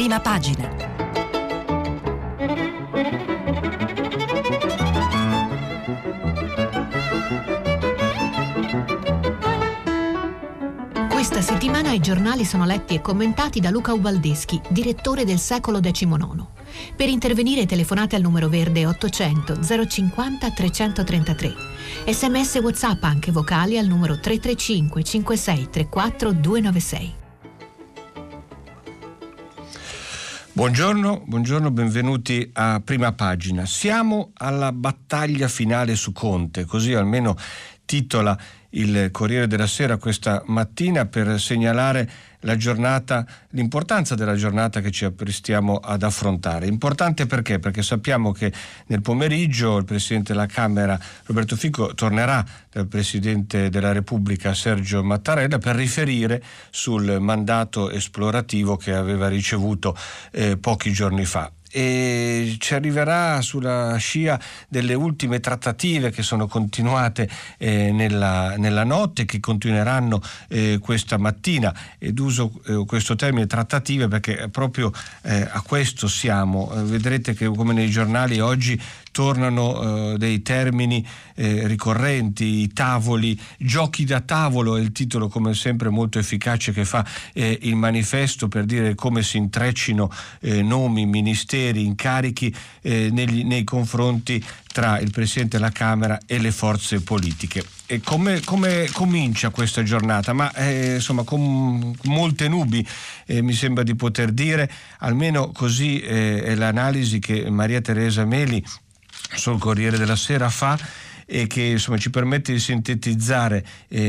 Prima pagina. Questa settimana i giornali sono letti e commentati da Luca Ubaldeschi, direttore del Secolo XIX. Per intervenire telefonate al numero verde 800 050 333. SMS WhatsApp anche vocali al numero 335 56 34 296. Buongiorno, benvenuti a Prima Pagina. Siamo alla battaglia finale su Conte, così almeno titola il Corriere della Sera questa mattina, per segnalare l'importanza della giornata che ci apprestiamo ad affrontare. Importante perché? Perché sappiamo che nel pomeriggio il Presidente della Camera Roberto Fico tornerà dal Presidente della Repubblica Sergio Mattarella per riferire sul mandato esplorativo che aveva ricevuto pochi giorni fa. E ci arriverà sulla scia delle ultime trattative che sono continuate nella notte, che continueranno questa mattina, ed uso questo termine trattative perché proprio a questo siamo. Vedrete che come nei giornali oggi tornano dei termini ricorrenti, i tavoli, giochi da tavolo è il titolo come sempre molto efficace che fa il Manifesto, per dire come si intreccino nomi, ministeri, incarichi nei confronti tra il Presidente della Camera e le forze politiche. E come comincia questa giornata? Ma insomma con molte nubi, mi sembra di poter dire, almeno così è l'analisi che Maria Teresa Meli sul Corriere della Sera fa, e che insomma ci permette di sintetizzare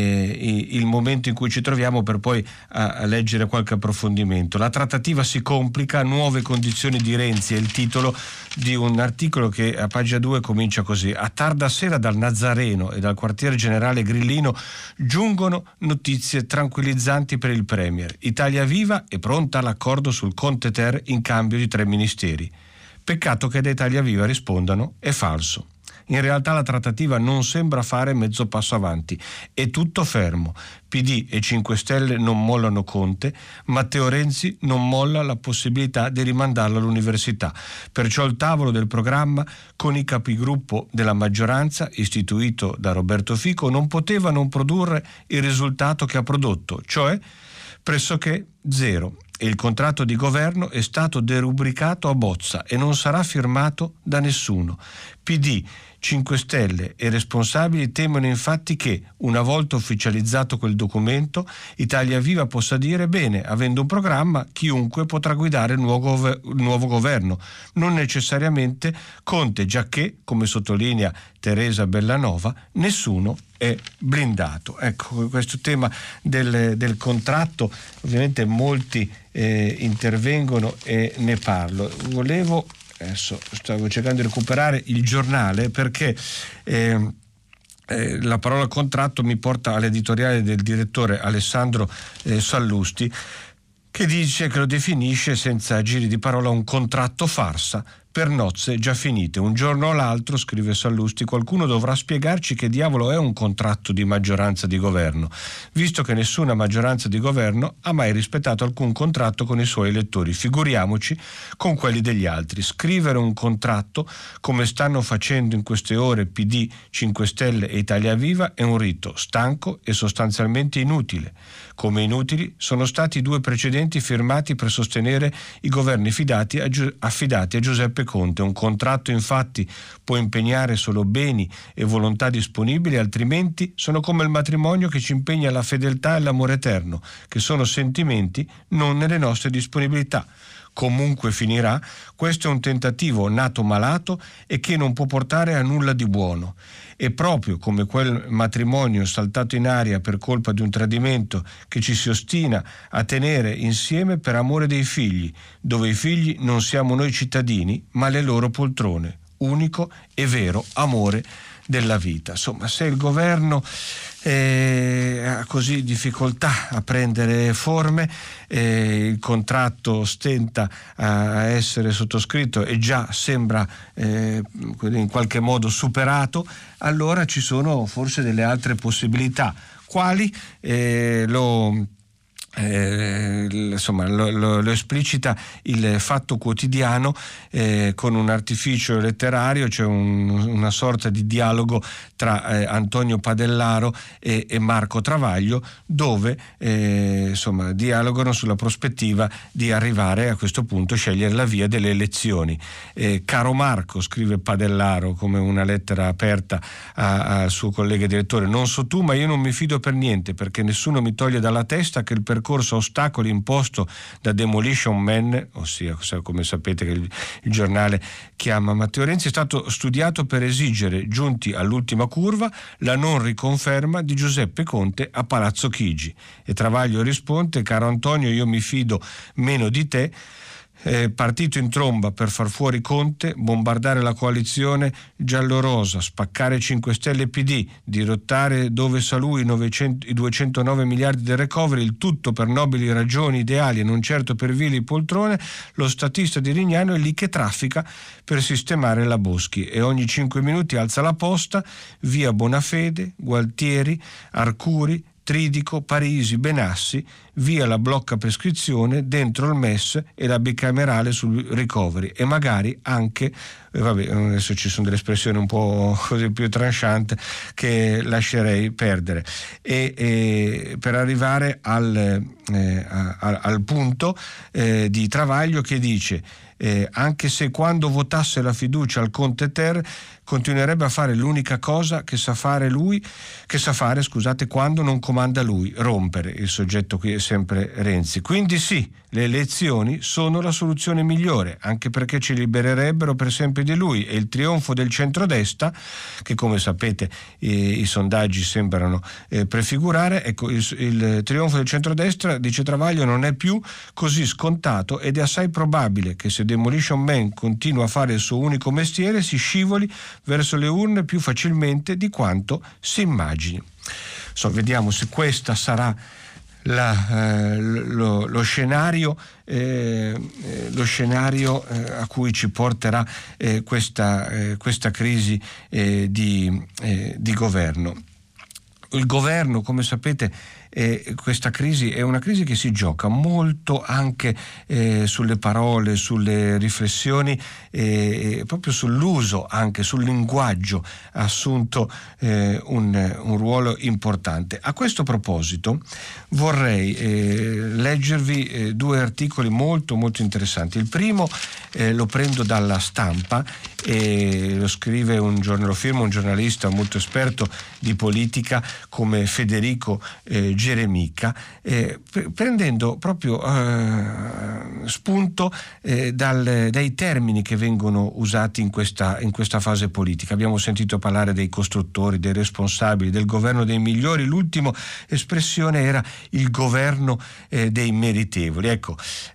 il momento in cui ci troviamo, per poi a leggere qualche approfondimento. La trattativa si complica, nuove condizioni di Renzi è il titolo di un articolo che a pagina 2 comincia così: a tarda sera dal Nazareno e dal quartier generale Grillino giungono notizie tranquillizzanti per il Premier. Italia Viva è pronta all'accordo sul Conte Ter in cambio di 3 ministeri. Peccato che da Italia Viva rispondano: è falso. In realtà la trattativa non sembra fare mezzo passo avanti, è tutto fermo. PD e 5 Stelle non mollano Conte, Matteo Renzi non molla la possibilità di rimandarlo all'università. Perciò il tavolo del programma con i capigruppo della maggioranza, istituito da Roberto Fico, non poteva non produrre il risultato che ha prodotto, cioè pressoché zero. E il contratto di governo è stato derubricato a bozza e non sarà firmato da nessuno. PD, 5 Stelle e responsabili temono infatti che, una volta ufficializzato quel documento, Italia Viva possa dire: bene, avendo un programma, chiunque potrà guidare il nuovo governo, non necessariamente Conte, giacché, come sottolinea Teresa Bellanova, nessuno è blindato. Ecco, questo tema del contratto, ovviamente molti intervengono e ne parlo. Adesso stavo cercando di recuperare il giornale perché la parola contratto mi porta all'editoriale del direttore Alessandro Sallusti, che dice che lo definisce senza giri di parola un contratto farsa per nozze già finite. Un giorno o l'altro, scrive Sallusti, qualcuno dovrà spiegarci che diavolo è un contratto di maggioranza di governo, visto che nessuna maggioranza di governo ha mai rispettato alcun contratto con i suoi elettori, figuriamoci con quelli degli altri. Scrivere un contratto, come stanno facendo in queste ore PD, 5 Stelle e Italia Viva, è un rito stanco e sostanzialmente inutile. Come inutili sono stati i 2 precedenti firmati per sostenere i governi affidati a Giuseppe Conte. Un contratto infatti può impegnare solo beni e volontà disponibili, altrimenti sono come il matrimonio che ci impegna la fedeltà e l'amore eterno, che sono sentimenti non nelle nostre disponibilità. Comunque finirà, questo è un tentativo nato malato e che non può portare a nulla di buono. E proprio come quel matrimonio saltato in aria per colpa di un tradimento che ci si ostina a tenere insieme per amore dei figli, dove i figli non siamo noi cittadini, ma le loro poltrone, unico e vero amore della vita. Insomma, se il governo ha così difficoltà a prendere forme, il contratto stenta a essere sottoscritto e già sembra in qualche modo superato, allora ci sono forse delle altre possibilità. Quali? Lo insomma lo esplicita il Fatto Quotidiano con un artificio letterario, c'è una sorta di dialogo tra Antonio Padellaro e Marco Travaglio, dove insomma dialogano sulla prospettiva di arrivare a questo punto, scegliere la via delle elezioni. Caro Marco, scrive Padellaro come una lettera aperta al suo collega direttore, non so tu ma io non mi fido per niente, perché nessuno mi toglie dalla testa che il percorso a ostacoli imposto da Demolition Man, ossia come sapete che il giornale chiama Matteo Renzi, è stato studiato per esigere, giunti all'ultima curva, la non riconferma di Giuseppe Conte a Palazzo Chigi. E Travaglio risponde: caro Antonio, io mi fido meno di te. Partito in tromba per far fuori Conte, bombardare la coalizione giallorosa, spaccare 5 Stelle e PD, dirottare dove sa lui i 209 miliardi del recovery, il tutto per nobili ragioni ideali e non certo per vili poltrone. Lo statista di Rignano è lì che traffica per sistemare la Boschi e ogni 5 minuti alza la posta via Bonafede, Gualtieri, Arcuri, Tridico, Parisi, Benassi, via la blocca prescrizione, dentro il MES e la bicamerale sul recovery e magari anche, adesso ci sono delle espressioni un po' così più tranchant che lascerei perdere, e per arrivare al punto di Travaglio che dice anche se quando votasse la fiducia al Conte Ter continuerebbe a fare l'unica cosa che sa fare quando non comanda lui, rompere. Il soggetto qui è sempre Renzi. Quindi sì, le elezioni sono la soluzione migliore, anche perché ci libererebbero per sempre di lui, e il trionfo del centrodestra, che come sapete i sondaggi sembrano prefigurare, ecco, il trionfo del centrodestra, dice Travaglio, non è più così scontato ed è assai probabile che se Demolition Man continua a fare il suo unico mestiere si scivoli verso le urne più facilmente di quanto si immagini. Vediamo se questa sarà lo scenario a cui ci porterà questa crisi di governo. Il governo, come sapete, questa crisi è una crisi che si gioca molto anche sulle parole, sulle riflessioni, proprio sull'uso, anche sul linguaggio ha assunto un ruolo importante. A questo proposito vorrei leggervi 2 articoli molto molto interessanti. Il primo lo prendo dalla Stampa e lo firma un giornalista molto esperto di politica come Federico Geremica, prendendo proprio spunto dai termini che vengono usati in questa fase politica. Abbiamo sentito parlare dei costruttori, dei responsabili, del governo dei migliori. L'ultima espressione era il governo dei meritevoli. Ecco,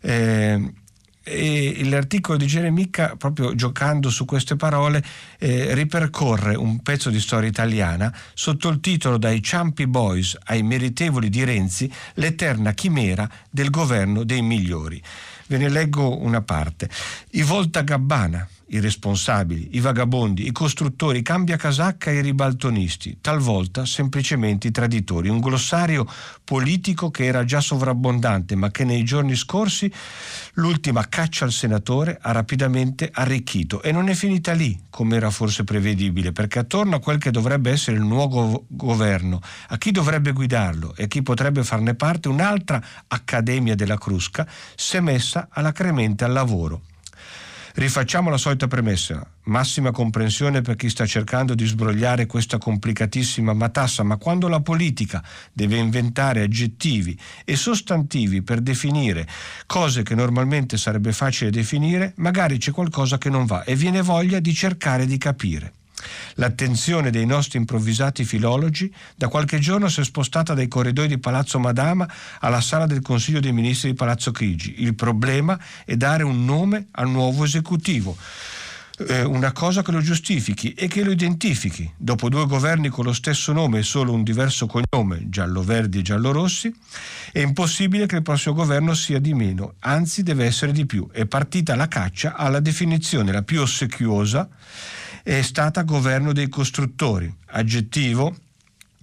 e l'articolo di Geremica, proprio giocando su queste parole, ripercorre un pezzo di storia italiana sotto il titolo Dai Ciampi Boys ai meritevoli di Renzi, l'eterna chimera del governo dei migliori. Ve ne leggo una parte. I Voltagabbana, i responsabili, i vagabondi, i costruttori, i cambiacasacca e i ribaltonisti, talvolta semplicemente i traditori. Un glossario politico che era già sovrabbondante, ma che nei giorni scorsi l'ultima caccia al senatore ha rapidamente arricchito. E non è finita lì, come era forse prevedibile, perché attorno a quel che dovrebbe essere il nuovo governo, a chi dovrebbe guidarlo e a chi potrebbe farne parte, un'altra accademia della Crusca si è messa alacremente al lavoro. Rifacciamo la solita premessa: massima comprensione per chi sta cercando di sbrogliare questa complicatissima matassa, ma quando la politica deve inventare aggettivi e sostantivi per definire cose che normalmente sarebbe facile definire, magari c'è qualcosa che non va e viene voglia di cercare di capire. L'attenzione dei nostri improvvisati filologi da qualche giorno si è spostata dai corridoi di Palazzo Madama alla sala del Consiglio dei Ministri di Palazzo Chigi. Il problema è dare un nome al nuovo esecutivo, una cosa che lo giustifichi e che lo identifichi. Dopo 2 governi con lo stesso nome e solo un diverso cognome, giallo-verdi e giallo-rossi, è impossibile che il prossimo governo sia di meno, anzi deve essere di più. È partita la caccia alla definizione la più ossequiosa, è stata governo dei costruttori, aggettivo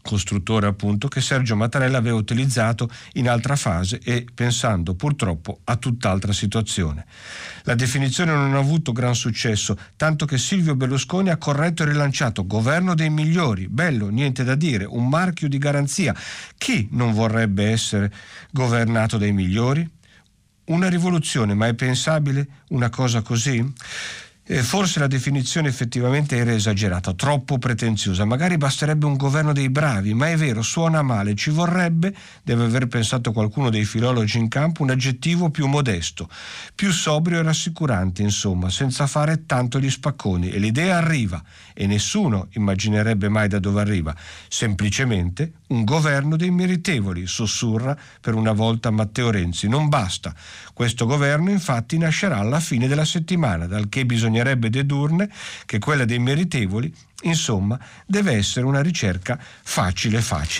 costruttore appunto, che Sergio Mattarella aveva utilizzato in altra fase e pensando purtroppo a tutt'altra situazione. La definizione non ha avuto gran successo, tanto che Silvio Berlusconi ha corretto e rilanciato governo dei migliori, bello, niente da dire, un marchio di garanzia. Chi non vorrebbe essere governato dai migliori? Una rivoluzione, ma è pensabile una cosa così? Forse la definizione effettivamente era esagerata, troppo pretenziosa. Magari basterebbe un governo dei bravi, ma è vero, suona male. Ci vorrebbe, deve aver pensato qualcuno dei filologi in campo, un aggettivo più modesto, più sobrio e rassicurante, insomma, senza fare tanto gli spacconi. E l'idea arriva, e nessuno immaginerebbe mai da dove arriva. Semplicemente un governo dei meritevoli, sussurra per una volta Matteo Renzi. Non basta. Questo governo infatti nascerà alla fine della settimana, dal che bisognerebbe dedurne che quella dei meritevoli, insomma, deve essere una ricerca facile.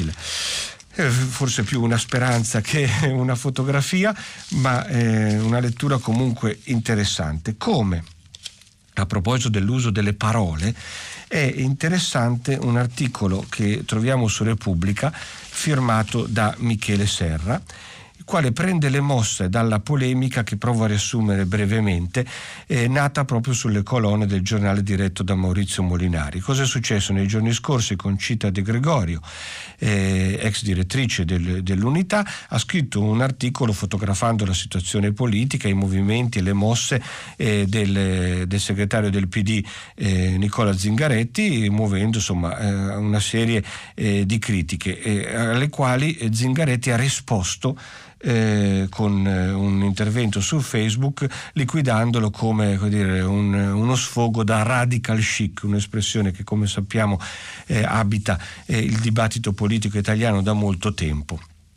Forse più una speranza che una fotografia, ma una lettura comunque interessante. Come, a proposito dell'uso delle parole, è interessante un articolo che troviamo su Repubblica firmato da Michele Serra, il quale prende le mosse dalla polemica che provo a riassumere brevemente, nata proprio sulle colonne del giornale diretto da Maurizio Molinari. Cosa è successo nei giorni scorsi? Concita De Gregorio, ex direttrice dell'Unità, ha scritto un articolo fotografando la situazione politica, i movimenti e le mosse del segretario del PD Nicola Zingaretti, muovendo insomma una serie di critiche alle quali Zingaretti ha risposto con un intervento su Facebook, liquidandolo come uno sfogo da radical chic, un'espressione che, come sappiamo, abita il dibattito politico italiano da molto tempo.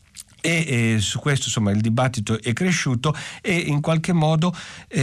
E su questo insomma il dibattito è cresciuto e in qualche modo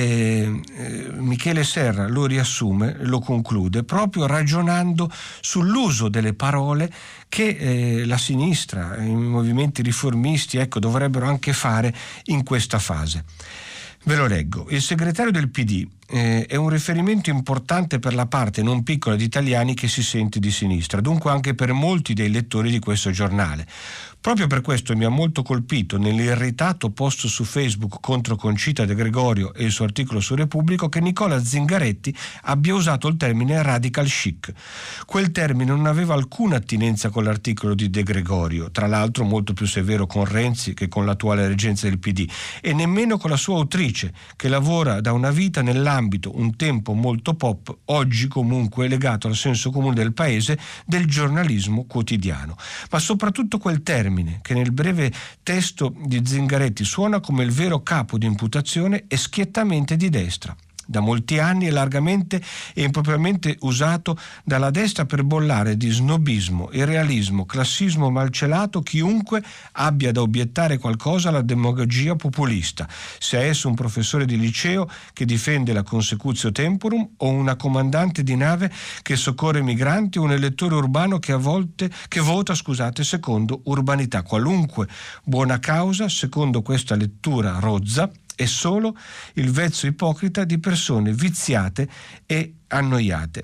Michele Serra lo riassume, lo conclude proprio ragionando sull'uso delle parole che la sinistra, i movimenti riformisti dovrebbero anche fare in questa fase. Ve lo leggo. Il segretario del PD è un riferimento importante per la parte non piccola di italiani che si sente di sinistra, dunque anche per molti dei lettori di questo giornale. Proprio per questo mi ha molto colpito nell'irritato post su Facebook contro Concita De Gregorio e il suo articolo su Repubblica che Nicola Zingaretti abbia usato il termine radical chic. Quel termine non aveva alcuna attinenza con l'articolo di De Gregorio, tra l'altro molto più severo con Renzi che con l'attuale reggenza del PD, e nemmeno con la sua autrice, che lavora da una vita nell'ambito, un tempo molto pop, oggi comunque legato al senso comune del paese, del giornalismo quotidiano. Ma soprattutto quel termine che nel breve testo di Zingaretti suona come il vero capo di imputazione è schiettamente di destra. Da molti anni è largamente e impropriamente usato dalla destra per bollare di snobismo, irrealismo, classismo malcelato chiunque abbia da obiettare qualcosa alla demagogia populista, sia esso un professore di liceo che difende la consecutio temporum o una comandante di nave che soccorre migranti o un elettore urbano che vota secondo urbanità. Qualunque buona causa, secondo questa lettura rozza, è solo il vezzo ipocrita di persone viziate e annoiate.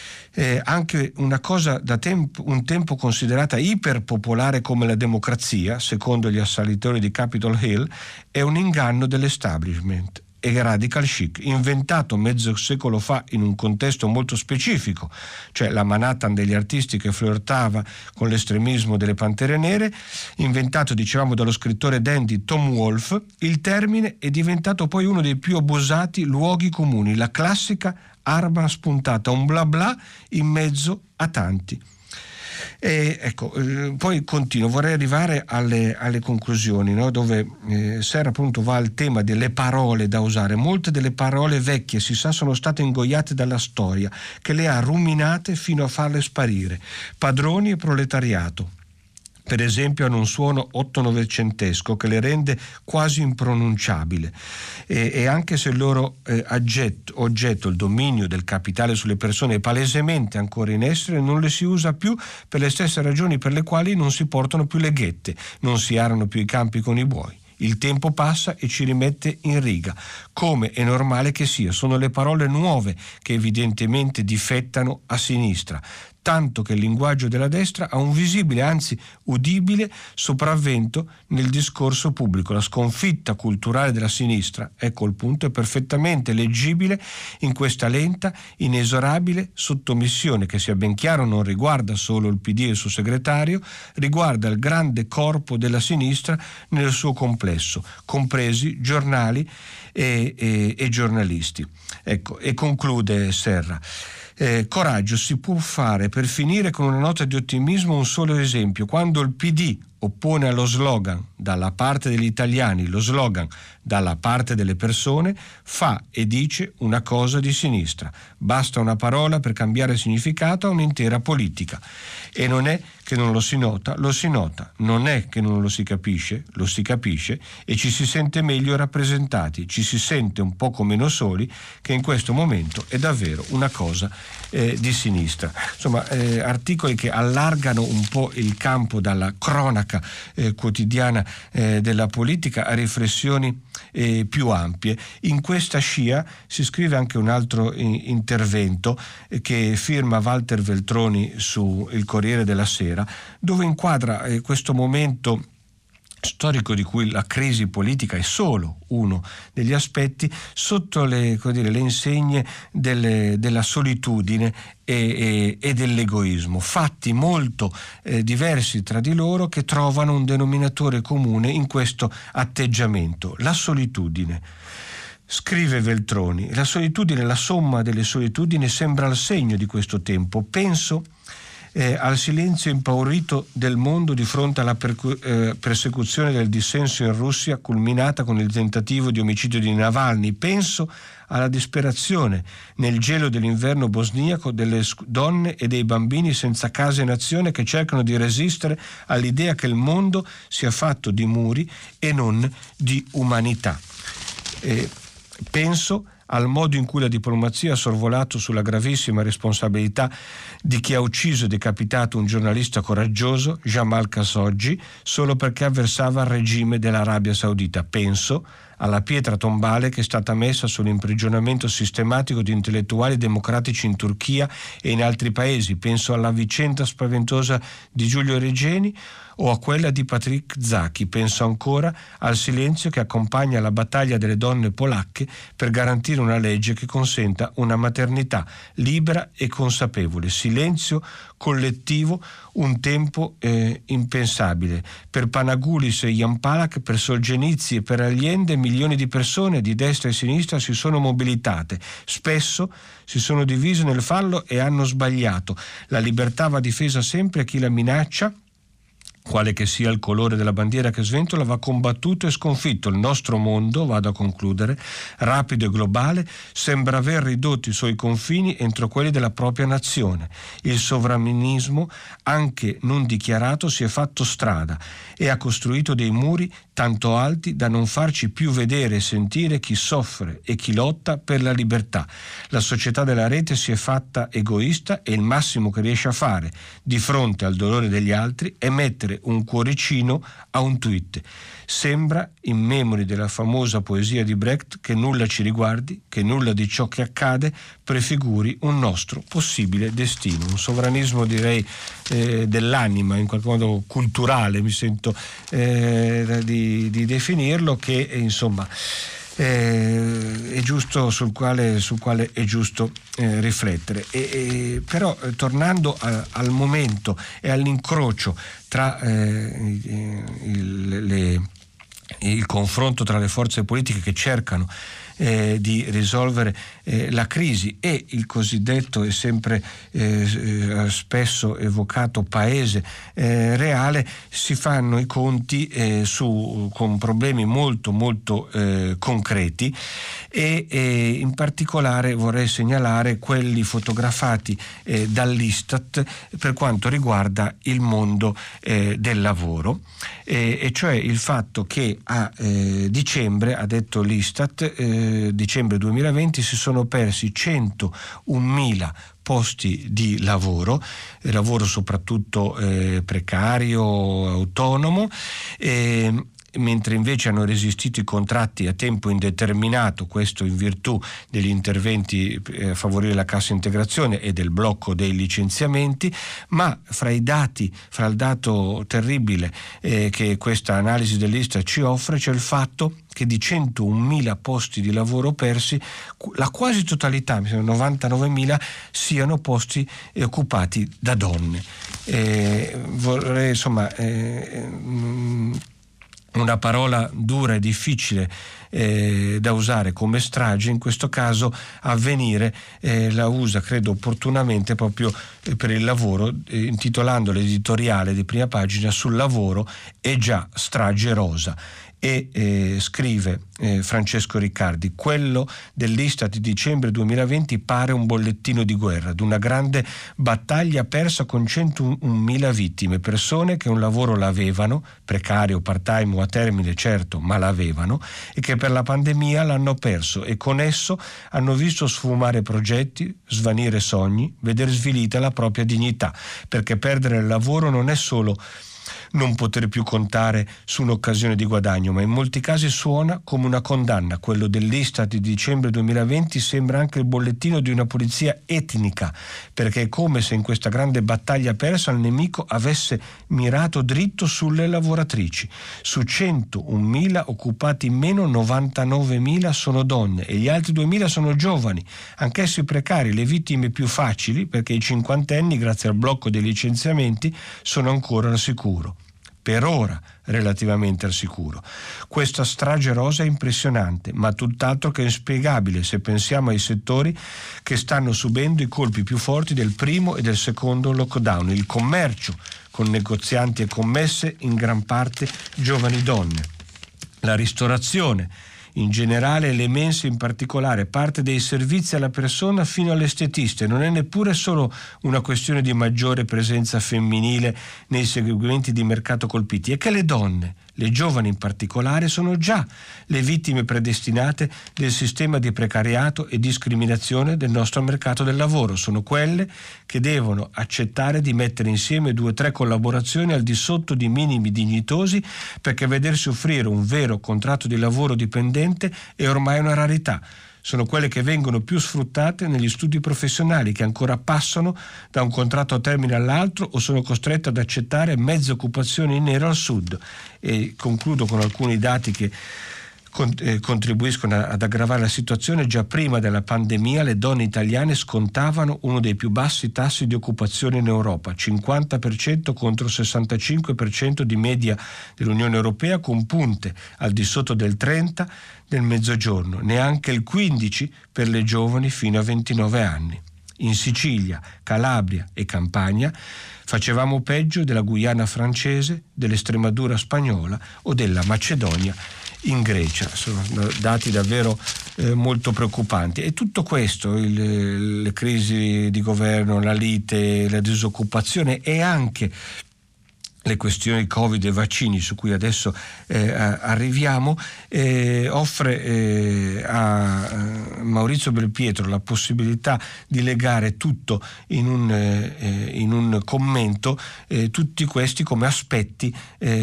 Anche una cosa un tempo considerata iperpopolare come la democrazia, secondo gli assalitori di Capitol Hill, è un inganno dell'establishment e radical chic, inventato mezzo secolo fa in un contesto molto specifico, cioè la Manhattan degli artisti che flirtava con l'estremismo delle Pantere Nere, inventato dicevamo dallo scrittore dandy Tom Wolfe. Il termine è diventato poi uno dei più abusati luoghi comuni, la classica arma spuntata, un bla bla in mezzo a tanti. Poi continuo, vorrei arrivare alle conclusioni, no? Dove Serra appunto va al tema delle parole da usare. Molte delle parole vecchie, si sa, sono state ingoiate dalla storia che le ha ruminate fino a farle sparire. Padroni e proletariato, per esempio, hanno un suono otto-novecentesco che le rende quasi impronunciabile, e anche se il loro oggetto, il dominio del capitale sulle persone, è palesemente ancora in essere, non le si usa più per le stesse ragioni per le quali non si portano più le ghette, non si arano più i campi con i buoi. Il tempo passa e ci rimette in riga, come è normale che sia. Sono le parole nuove che evidentemente difettano a sinistra. tanto che il linguaggio della destra ha un visibile, anzi udibile, sopravvento nel discorso pubblico. La sconfitta culturale della sinistra, ecco il punto, è perfettamente leggibile in questa lenta, inesorabile sottomissione che, sia ben chiaro, non riguarda solo il PD e il suo segretario, riguarda il grande corpo della sinistra nel suo complesso, compresi giornali e giornalisti. Ecco, e conclude Serra. Coraggio si può fare, per finire con una nota di ottimismo, un solo esempio: quando il PD oppone allo slogan dalla parte degli italiani lo slogan dalla parte delle persone, fa e dice una cosa di sinistra. Basta una parola per cambiare significato a un'intera politica. E non è che non lo si nota, lo si nota. Non è che non lo si capisce, lo si capisce, e ci si sente meglio rappresentati, ci si sente un poco meno soli, che in questo momento è davvero una cosa di sinistra. Insomma, articoli che allargano un po' il campo dalla cronaca quotidiana della politica a riflessioni più ampie. In questa scia si scrive anche un altro intervento che firma Walter Veltroni su Il Corriere della Sera, dove inquadra questo momento storico di cui la crisi politica è solo uno degli aspetti, sotto le insegne della solitudine e dell'egoismo, fatti molto diversi tra di loro, che trovano un denominatore comune in questo atteggiamento: la solitudine. Scrive Veltroni: la solitudine, la somma delle solitudini, sembra il segno di questo tempo. Penso al silenzio impaurito del mondo di fronte alla persecuzione del dissenso in Russia, culminata con il tentativo di omicidio di Navalny. Penso alla disperazione nel gelo dell'inverno bosniaco delle donne e dei bambini senza casa e nazione, che cercano di resistere all'idea che il mondo sia fatto di muri e non di umanità. Penso al modo in cui la diplomazia ha sorvolato sulla gravissima responsabilità di chi ha ucciso e decapitato un giornalista coraggioso, Jamal Khashoggi, solo perché avversava il regime dell'Arabia Saudita. Penso alla pietra tombale che è stata messa sull'imprigionamento sistematico di intellettuali democratici in Turchia e in altri paesi. Penso alla vicenda spaventosa di Giulio Regeni o a quella di Patrick Zaki. Penso ancora al silenzio che accompagna la battaglia delle donne polacche per garantire una legge che consenta una maternità libera e consapevole. Silenzio collettivo, un tempo impensabile. Per Panagoulis e Jan Palach, per Solzhenitsyn e per Allende, milioni di persone di destra e sinistra si sono mobilitate. Spesso si sono divise nel fallo e hanno sbagliato. La libertà va difesa sempre, e chi la minaccia, quale che sia il colore della bandiera che sventola, va combattuto e sconfitto. Il nostro mondo, vado a concludere, rapido e globale, sembra aver ridotto i suoi confini entro quelli della propria nazione. Il sovranismo, anche non dichiarato, si è fatto strada e ha costruito dei muri tanto alti da non farci più vedere e sentire chi soffre e chi lotta per la libertà. La società della rete si è fatta egoista e il massimo che riesce a fare di fronte al dolore degli altri è mettere un cuoricino a un tweet. Sembra, in memoria della famosa poesia di Brecht, che nulla ci riguardi, che nulla di ciò che accade prefiguri un nostro possibile destino. Un sovranismo, direi, dell'anima, in qualche modo culturale, mi sento di definirlo, che insomma è giusto, sul quale è giusto riflettere. Però tornando al momento e all'incrocio tra il confronto tra le forze politiche che cercano di risolvere la crisi e il cosiddetto e sempre spesso evocato paese reale, si fanno i conti con problemi molto molto concreti e in particolare vorrei segnalare quelli fotografati dall'Istat per quanto riguarda il mondo del lavoro, e cioè il fatto che a dicembre, ha detto l'Istat, dicembre 2020 si sono persi 101.000 posti di lavoro soprattutto precario, autonomo, mentre invece hanno resistito i contratti a tempo indeterminato, questo in virtù degli interventi a favorire la cassa integrazione e del blocco dei licenziamenti. Ma fra il dato terribile che questa analisi dell'Istat ci offre c'è il fatto che di 101.000 posti di lavoro persi, la quasi totalità, mi sembra 99.000, siano posti occupati da donne. Vorrei, insomma, una parola dura e difficile da usare come strage, in questo caso Avvenire la usa, credo opportunamente, proprio per il lavoro, intitolando l'editoriale di prima pagina sul lavoro è già strage rosa. E scrive Francesco Riccardi: quello dell'Istat di dicembre 2020 pare un bollettino di guerra, d'una grande battaglia persa con 101.000 vittime, persone che un lavoro l'avevano, precario, part-time o a termine certo, ma l'avevano, e che per la pandemia l'hanno perso e con esso hanno visto sfumare progetti, svanire sogni, veder svilita la propria dignità, perché perdere il lavoro non è solo non poter più contare su un'occasione di guadagno, ma in molti casi suona come una condanna. Quello dell'Istat di dicembre 2020 sembra anche il bollettino di una pulizia etnica, perché è come se in questa grande battaglia persa il nemico avesse mirato dritto sulle lavoratrici. Su 101.000 occupati in meno, 99.000 sono donne e gli altri 2.000 sono giovani, anch'essi precari, le vittime più facili, perché i cinquantenni, grazie al blocco dei licenziamenti, sono ancora al sicuro. Per ora relativamente al sicuro. Questa strage rosa è impressionante, ma tutt'altro che inspiegabile se pensiamo ai settori che stanno subendo i colpi più forti del primo e del secondo lockdown: il commercio, con negozianti e commesse in gran parte giovani donne, la ristorazione in generale e le mense in particolare, parte dei servizi alla persona fino all'estetista. Non è neppure solo una questione di maggiore presenza femminile nei segmenti di mercato colpiti, è che le donne, le giovani in particolare, sono già le vittime predestinate del sistema di precariato e discriminazione del nostro mercato del lavoro. Sono quelle che devono accettare di mettere insieme 2 o 3 collaborazioni al di sotto di minimi dignitosi, perché vedersi offrire un vero contratto di lavoro dipendente è ormai una rarità. Sono quelle che vengono più sfruttate negli studi professionali, che ancora passano da un contratto a termine all'altro o sono costrette ad accettare mezze occupazioni in nero al sud. E concludo con alcuni dati che contribuiscono ad aggravare la situazione. Già prima della pandemia le donne italiane scontavano uno dei più bassi tassi di occupazione in Europa, 50% contro il 65% di media dell'Unione Europea, con punte al di sotto del 30% nel Mezzogiorno, neanche il 15% per le giovani fino a 29 anni. In Sicilia, Calabria e Campania facevamo peggio della Guyana francese, dell'Estremadura spagnola o della Macedonia in Grecia. Sono dati davvero molto preoccupanti. E tutto questo, le crisi di governo, la lite, la disoccupazione e anche le questioni Covid e vaccini, su cui adesso arriviamo, offre a Maurizio Belpietro la possibilità di legare tutto in un commento, tutti questi come aspetti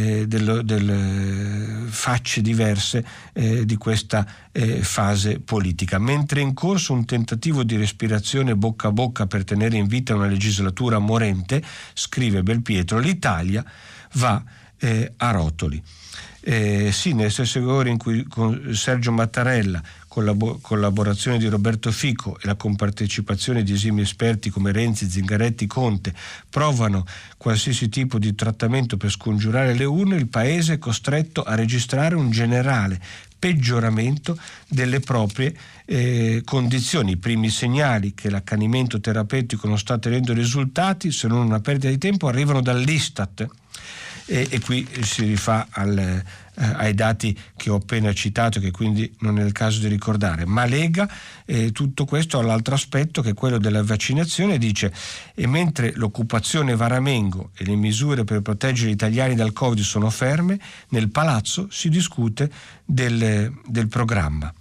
delle facce diverse di questa fase politica. Mentre è in corso un tentativo di respirazione bocca a bocca per tenere in vita una legislatura morente, scrive Belpietro, l'Italia va a rotoli. Sì, nelle stesse ore in cui con Sergio Mattarella, con la collaborazione di Roberto Fico e la compartecipazione di esimi esperti come Renzi, Zingaretti, Conte, provano qualsiasi tipo di trattamento per scongiurare le urne, il Paese è costretto a registrare un generale peggioramento delle proprie condizioni. I primi segnali che l'accanimento terapeutico non sta tenendo risultati, se non una perdita di tempo, arrivano dall'Istat. E qui si rifà ai dati che ho appena citato, che quindi non è il caso di ricordare, ma lega tutto questo all'altro aspetto, che è quello della vaccinazione. Dice: e mentre l'occupazione va a ramengo e le misure per proteggere gli italiani dal Covid sono ferme, nel palazzo si discute del programma.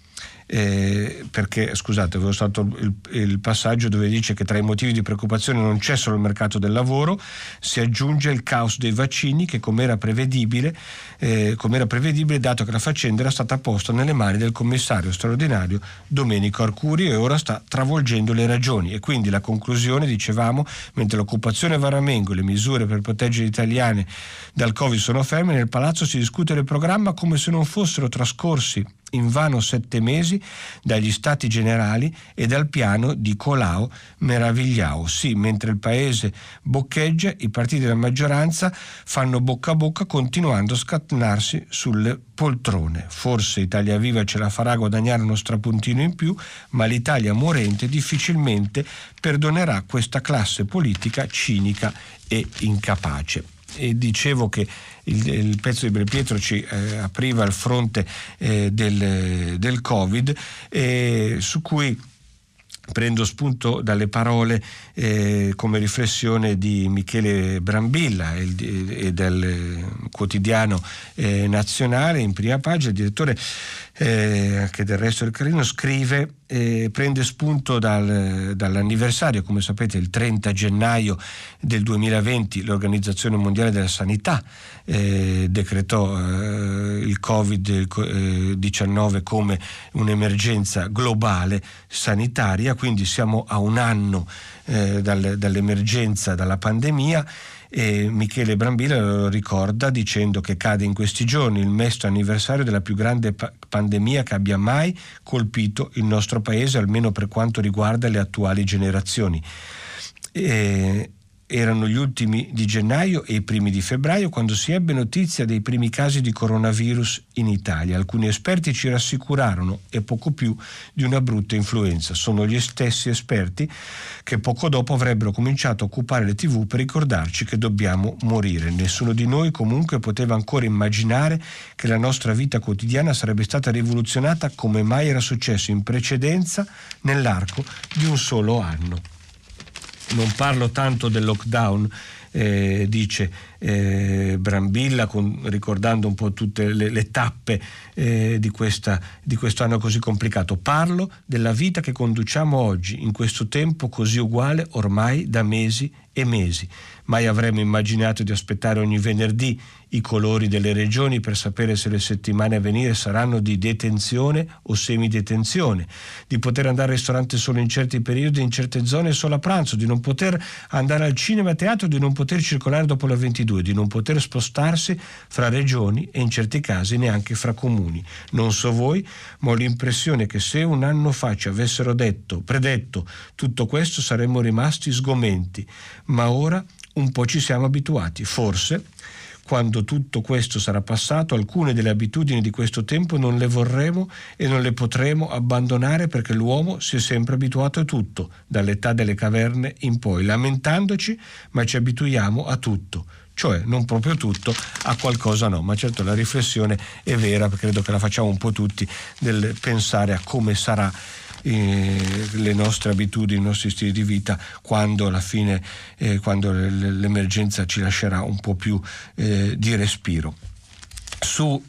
perché, scusate, avevo stato il passaggio dove dice che tra i motivi di preoccupazione non c'è solo il mercato del lavoro, si aggiunge il caos dei vaccini che come era prevedibile, dato che la faccenda era stata posta nelle mani del commissario straordinario Domenico Arcuri e ora sta travolgendo le ragioni. E quindi la conclusione, dicevamo, mentre l'occupazione va a ramengo, le misure per proteggere gli italiani dal Covid sono ferme, nel palazzo si discute del programma come se non fossero trascorsi invano 7 mesi dagli stati generali e dal piano di Colau Meravigliao. Sì, mentre il paese boccheggia, i partiti della maggioranza fanno bocca a bocca continuando a scatenarsi sulle poltrone. Forse Italia Viva ce la farà guadagnare uno strapuntino in più, ma l'Italia morente difficilmente perdonerà questa classe politica cinica e incapace. E dicevo che il pezzo di Belpietro ci apriva il fronte del Covid, su cui prendo spunto dalle parole come riflessione di Michele Brambilla e del quotidiano nazionale. In prima pagina il direttore che del Resto del Carlino scrive, prende spunto dall'anniversario, come sapete il 30 gennaio del 2020 l'Organizzazione Mondiale della Sanità decretò il Covid-19 come un'emergenza globale sanitaria, quindi siamo a un anno dall'emergenza, dalla pandemia. E Michele Brambilla lo ricorda dicendo che cade in questi giorni il mesto anniversario della più grande pandemia che abbia mai colpito il nostro paese, almeno per quanto riguarda le attuali generazioni. Erano gli ultimi di gennaio e i primi di febbraio quando si ebbe notizia dei primi casi di coronavirus in Italia. Alcuni esperti ci rassicurarono, e poco più di una brutta influenza. Sono gli stessi esperti che poco dopo avrebbero cominciato a occupare le TV per ricordarci che dobbiamo morire. Nessuno di noi comunque poteva ancora immaginare che la nostra vita quotidiana sarebbe stata rivoluzionata come mai era successo in precedenza nell'arco di un solo anno. Non parlo tanto del lockdown, dice Brambilla, ricordando un po' tutte le tappe di questo anno così complicato. Parlo della vita che conduciamo oggi, in questo tempo così uguale ormai da mesi e mesi. Mai avremmo immaginato di aspettare ogni venerdì i colori delle regioni per sapere se le settimane a venire saranno di detenzione o semidetenzione, di poter andare al ristorante solo in certi periodi, in certe zone solo a pranzo, di non poter andare al cinema e a teatro, di non poter circolare dopo la 22, di non poter spostarsi fra regioni e in certi casi neanche fra comuni. Non so voi, ma ho l'impressione che se un anno fa ci avessero predetto tutto questo saremmo rimasti sgomenti, ma ora un po' ci siamo abituati. Forse quando tutto questo sarà passato, alcune delle abitudini di questo tempo non le vorremo e non le potremo abbandonare, perché l'uomo si è sempre abituato a tutto, dall'età delle caverne in poi, lamentandoci, ma ci abituiamo a tutto. Cioè non proprio tutto, a qualcosa no, ma certo la riflessione è vera, perché credo che la facciamo un po' tutti, del pensare a come sarà le nostre abitudini, i nostri stili di vita quando alla fine quando l'emergenza ci lascerà un po' più di respiro. Su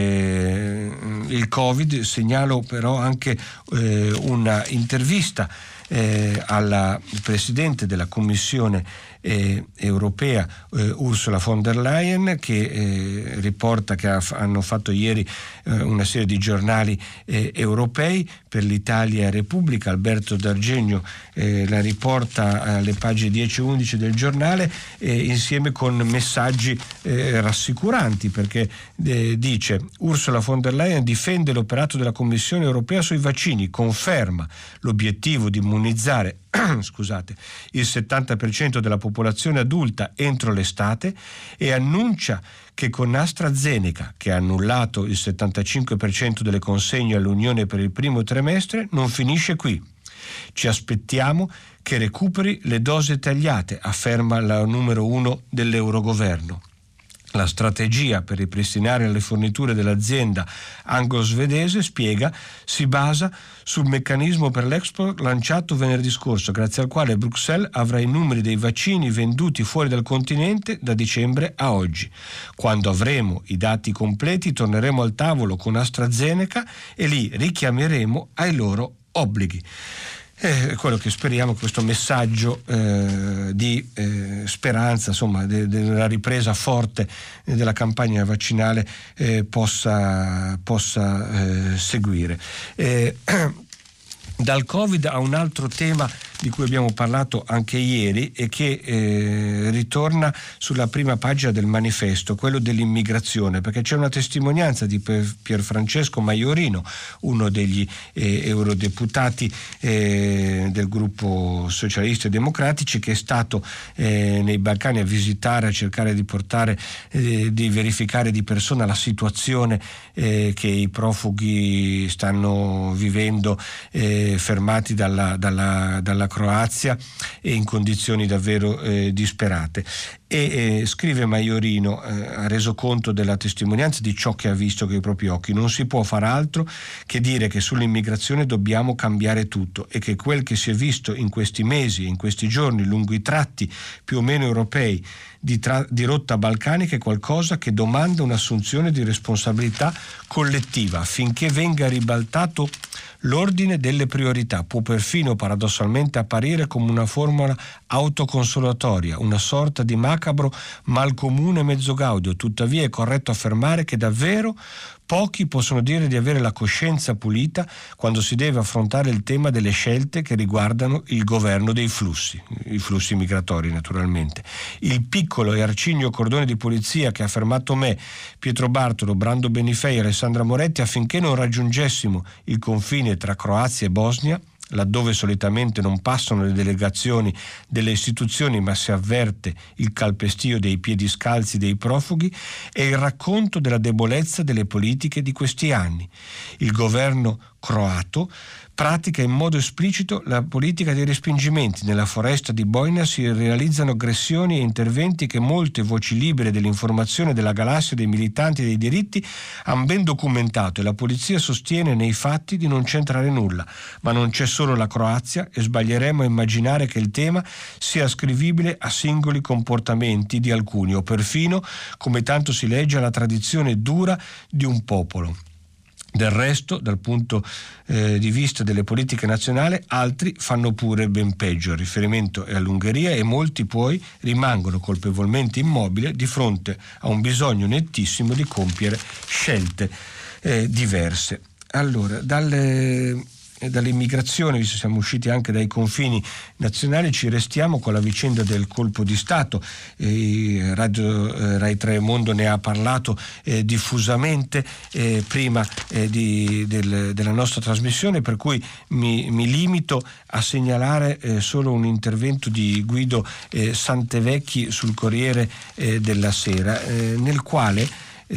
il Covid segnalo però anche una intervista alla Presidente della Commissione europea Ursula von der Leyen, che riporta che hanno fatto ieri una serie di giornali europei. Per l'Italia Repubblica Alberto D'Argenio la riporta alle pagine 10 e 11 del giornale, insieme con messaggi rassicuranti, perché dice: Ursula von der Leyen difende l'operato della Commissione europea sui vaccini, conferma l'obiettivo di immunizzare il 70% della popolazione adulta entro l'estate e annuncia che con AstraZeneca, che ha annullato il 75% delle consegne all'Unione per il primo trimestre, non finisce qui. Ci aspettiamo che recuperi le dosi tagliate, afferma la numero 1 dell'Eurogoverno. La strategia per ripristinare le forniture dell'azienda anglo-svedese, spiega, si basa sul meccanismo per l'export lanciato venerdì scorso, grazie al quale Bruxelles avrà i numeri dei vaccini venduti fuori dal continente da dicembre a oggi. Quando avremo i dati completi torneremo al tavolo con AstraZeneca e li richiameremo ai loro obblighi. Quello che speriamo, questo messaggio di speranza, insomma, della ripresa forte della campagna vaccinale possa seguire. Dal Covid a un altro tema di cui abbiamo parlato anche ieri e che ritorna sulla prima pagina del manifesto, quello dell'immigrazione, perché c'è una testimonianza di Pierfrancesco Maiorino, uno degli eurodeputati del gruppo Socialisti e Democratici, che è stato nei Balcani a visitare, a cercare di portare, di verificare di persona la situazione che i profughi stanno vivendo, fermati dalla Croazia e in condizioni davvero disperate. E scrive Maiorino, ha reso conto della testimonianza di ciò che ha visto con i propri occhi. Non si può far altro che dire che sull'immigrazione dobbiamo cambiare tutto e che quel che si è visto in questi mesi e in questi giorni lungo i tratti più o meno europei di rotta balcanica è qualcosa che domanda un'assunzione di responsabilità collettiva affinché venga ribaltato l'ordine delle priorità. Può perfino paradossalmente apparire come una formula autoconsolatoria, una sorta di macabro malcomune mezzogaudio. Tuttavia è corretto affermare che davvero pochi possono dire di avere la coscienza pulita quando si deve affrontare il tema delle scelte che riguardano il governo dei flussi, i flussi migratori naturalmente. Il piccolo e arcigno cordone di polizia che ha fermato me, Pietro Bartolo, Brando Benifei e Alessandra Moretti affinché non raggiungessimo il confine tra Croazia e Bosnia, laddove solitamente non passano le delegazioni delle istituzioni ma si avverte il calpestio dei piedi scalzi dei profughi, è il racconto della debolezza delle politiche di questi anni. Il governo croato pratica in modo esplicito la politica dei respingimenti. Nella foresta di Bojna si realizzano aggressioni e interventi che molte voci libere dell'informazione della galassia dei militanti dei diritti hanno ben documentato e la polizia sostiene nei fatti di non c'entrare nulla. Ma non c'è solo la Croazia e sbaglieremmo a immaginare che il tema sia ascrivibile a singoli comportamenti di alcuni o perfino, come tanto si legge, alla tradizione dura di un popolo. Del resto, dal punto di vista delle politiche nazionali, altri fanno pure ben peggio. Il riferimento è all'Ungheria e molti poi rimangono colpevolmente immobili di fronte a un bisogno nettissimo di compiere scelte diverse. Allora, dall'immigrazione, visto che siamo usciti anche dai confini nazionali, ci restiamo con la vicenda del colpo di Stato. Radio Rai 3 Mondo ne ha parlato diffusamente prima della nostra trasmissione, per cui mi limito a segnalare solo un intervento di Guido Santevecchi sul Corriere della Sera, nel quale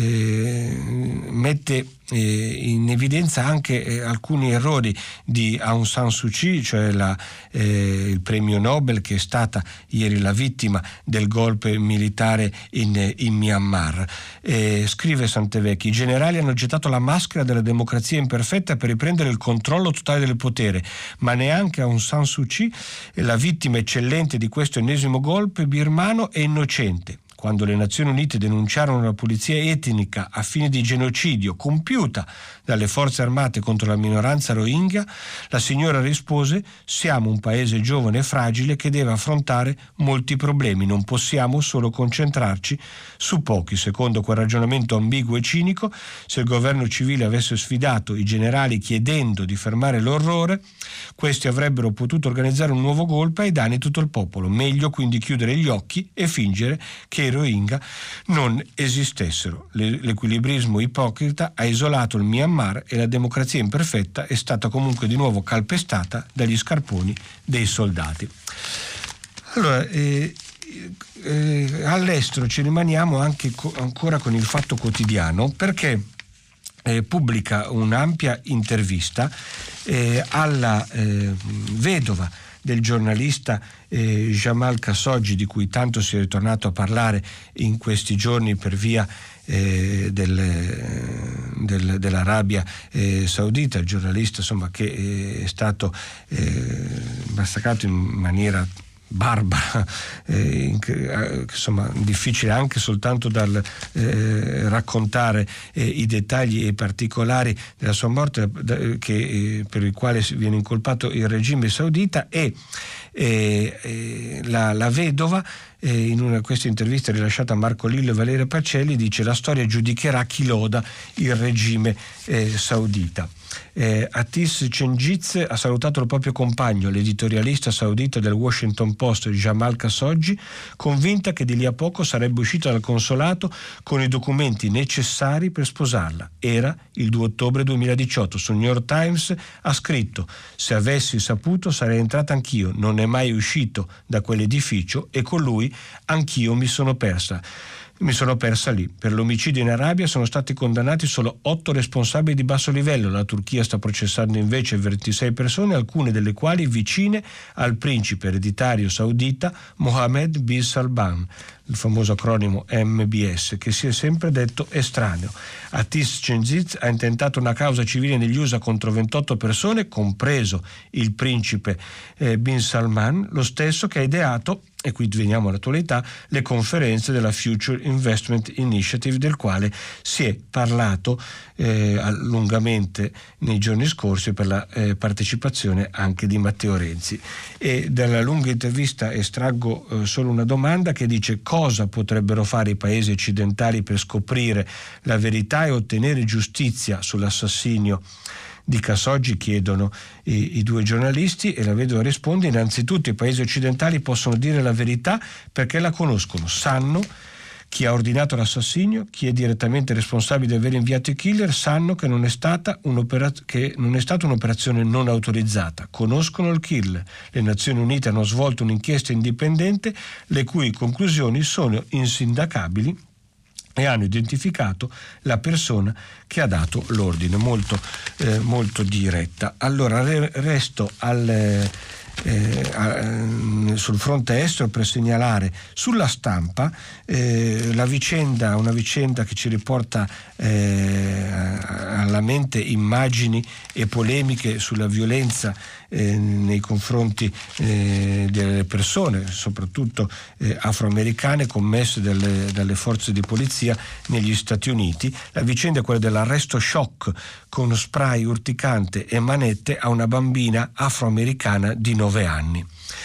mette in evidenza anche alcuni errori di Aung San Suu Kyi, cioè il premio Nobel, che è stata ieri la vittima del golpe militare in Myanmar. Scrive Santevecchi: i generali hanno gettato la maschera della democrazia imperfetta per riprendere il controllo totale del potere, ma neanche Aung San Suu Kyi, la vittima eccellente di questo ennesimo golpe birmano, è innocente. Quando le Nazioni Unite denunciarono la pulizia etnica a fine di genocidio compiuta dalle forze armate contro la minoranza Rohingya, la signora rispose: siamo un paese giovane e fragile che deve affrontare molti problemi, non possiamo solo concentrarci su pochi. Secondo quel ragionamento ambiguo e cinico, se il governo civile avesse sfidato i generali chiedendo di fermare l'orrore, questi avrebbero potuto organizzare un nuovo golpe ai danni di tutto il popolo. Meglio quindi chiudere gli occhi e fingere che i Rohingya non esistessero. L'equilibrismo ipocrita ha isolato il Myanmar e la democrazia imperfetta è stata comunque di nuovo calpestata dagli scarponi dei soldati. Allora, all'estero ci rimaniamo anche ancora con il Fatto Quotidiano, perché pubblica un'ampia intervista alla vedova del giornalista Jamal Khashoggi, di cui tanto si è ritornato a parlare in questi giorni per via dell'Arabia Saudita, il giornalista che è stato massacrato in maniera barbara, difficile anche soltanto dal raccontare i dettagli e i particolari della sua morte, per il quale viene incolpato il regime saudita, e la vedova, in questa intervista rilasciata a Marco Lillo e Valeria Pacelli, dice: la storia giudicherà chi loda il regime saudita. Atis Cengiz ha salutato il proprio compagno, l'editorialista saudita del Washington Post Jamal Khashoggi, convinta che di lì a poco sarebbe uscito dal consolato con i documenti necessari per sposarla. Era il 2 ottobre 2018. Sul New York Times ha scritto: se avessi saputo sarei entrata anch'io, non è mai uscito da quell'edificio e con lui anch'io mi sono persa lì. Per l'omicidio in Arabia sono stati condannati solo 8 responsabili di basso livello. La Turchia sta processando invece 26 persone, alcune delle quali vicine al principe ereditario saudita Mohammed bin Salman, il famoso acronimo MBS, che si è sempre detto estraneo. Atis Cengiz ha intentato una causa civile negli USA contro 28 persone, compreso il principe bin Salman, lo stesso che ha ideato, e qui veniamo all'attualità, le conferenze della Future Investment Initiative, del quale si è parlato lungamente nei giorni scorsi per la partecipazione anche di Matteo Renzi. E dalla lunga intervista estraggo solo una domanda che dice: cosa potrebbero fare i paesi occidentali per scoprire la verità e ottenere giustizia sull'assassinio di Khashoggi, chiedono i due giornalisti, e la vedova risponde: innanzitutto i paesi occidentali possono dire la verità perché la conoscono, sanno chi ha ordinato l'assassinio, chi è direttamente responsabile di aver inviato i killer, sanno che non è stata un'operazione non autorizzata, conoscono il killer. Le Nazioni Unite hanno svolto un'inchiesta indipendente le cui conclusioni sono insindacabili e hanno identificato la persona che ha dato l'ordine. Molto diretta. Allora resto sul fronte estero per segnalare sulla Stampa una vicenda che ci riporta alla mente immagini e polemiche sulla violenza nei confronti delle persone, soprattutto afroamericane, commesse dalle forze di polizia negli Stati Uniti. La vicenda è quella dell'arresto shock con spray urticante e manette a una bambina afroamericana di 9 anni.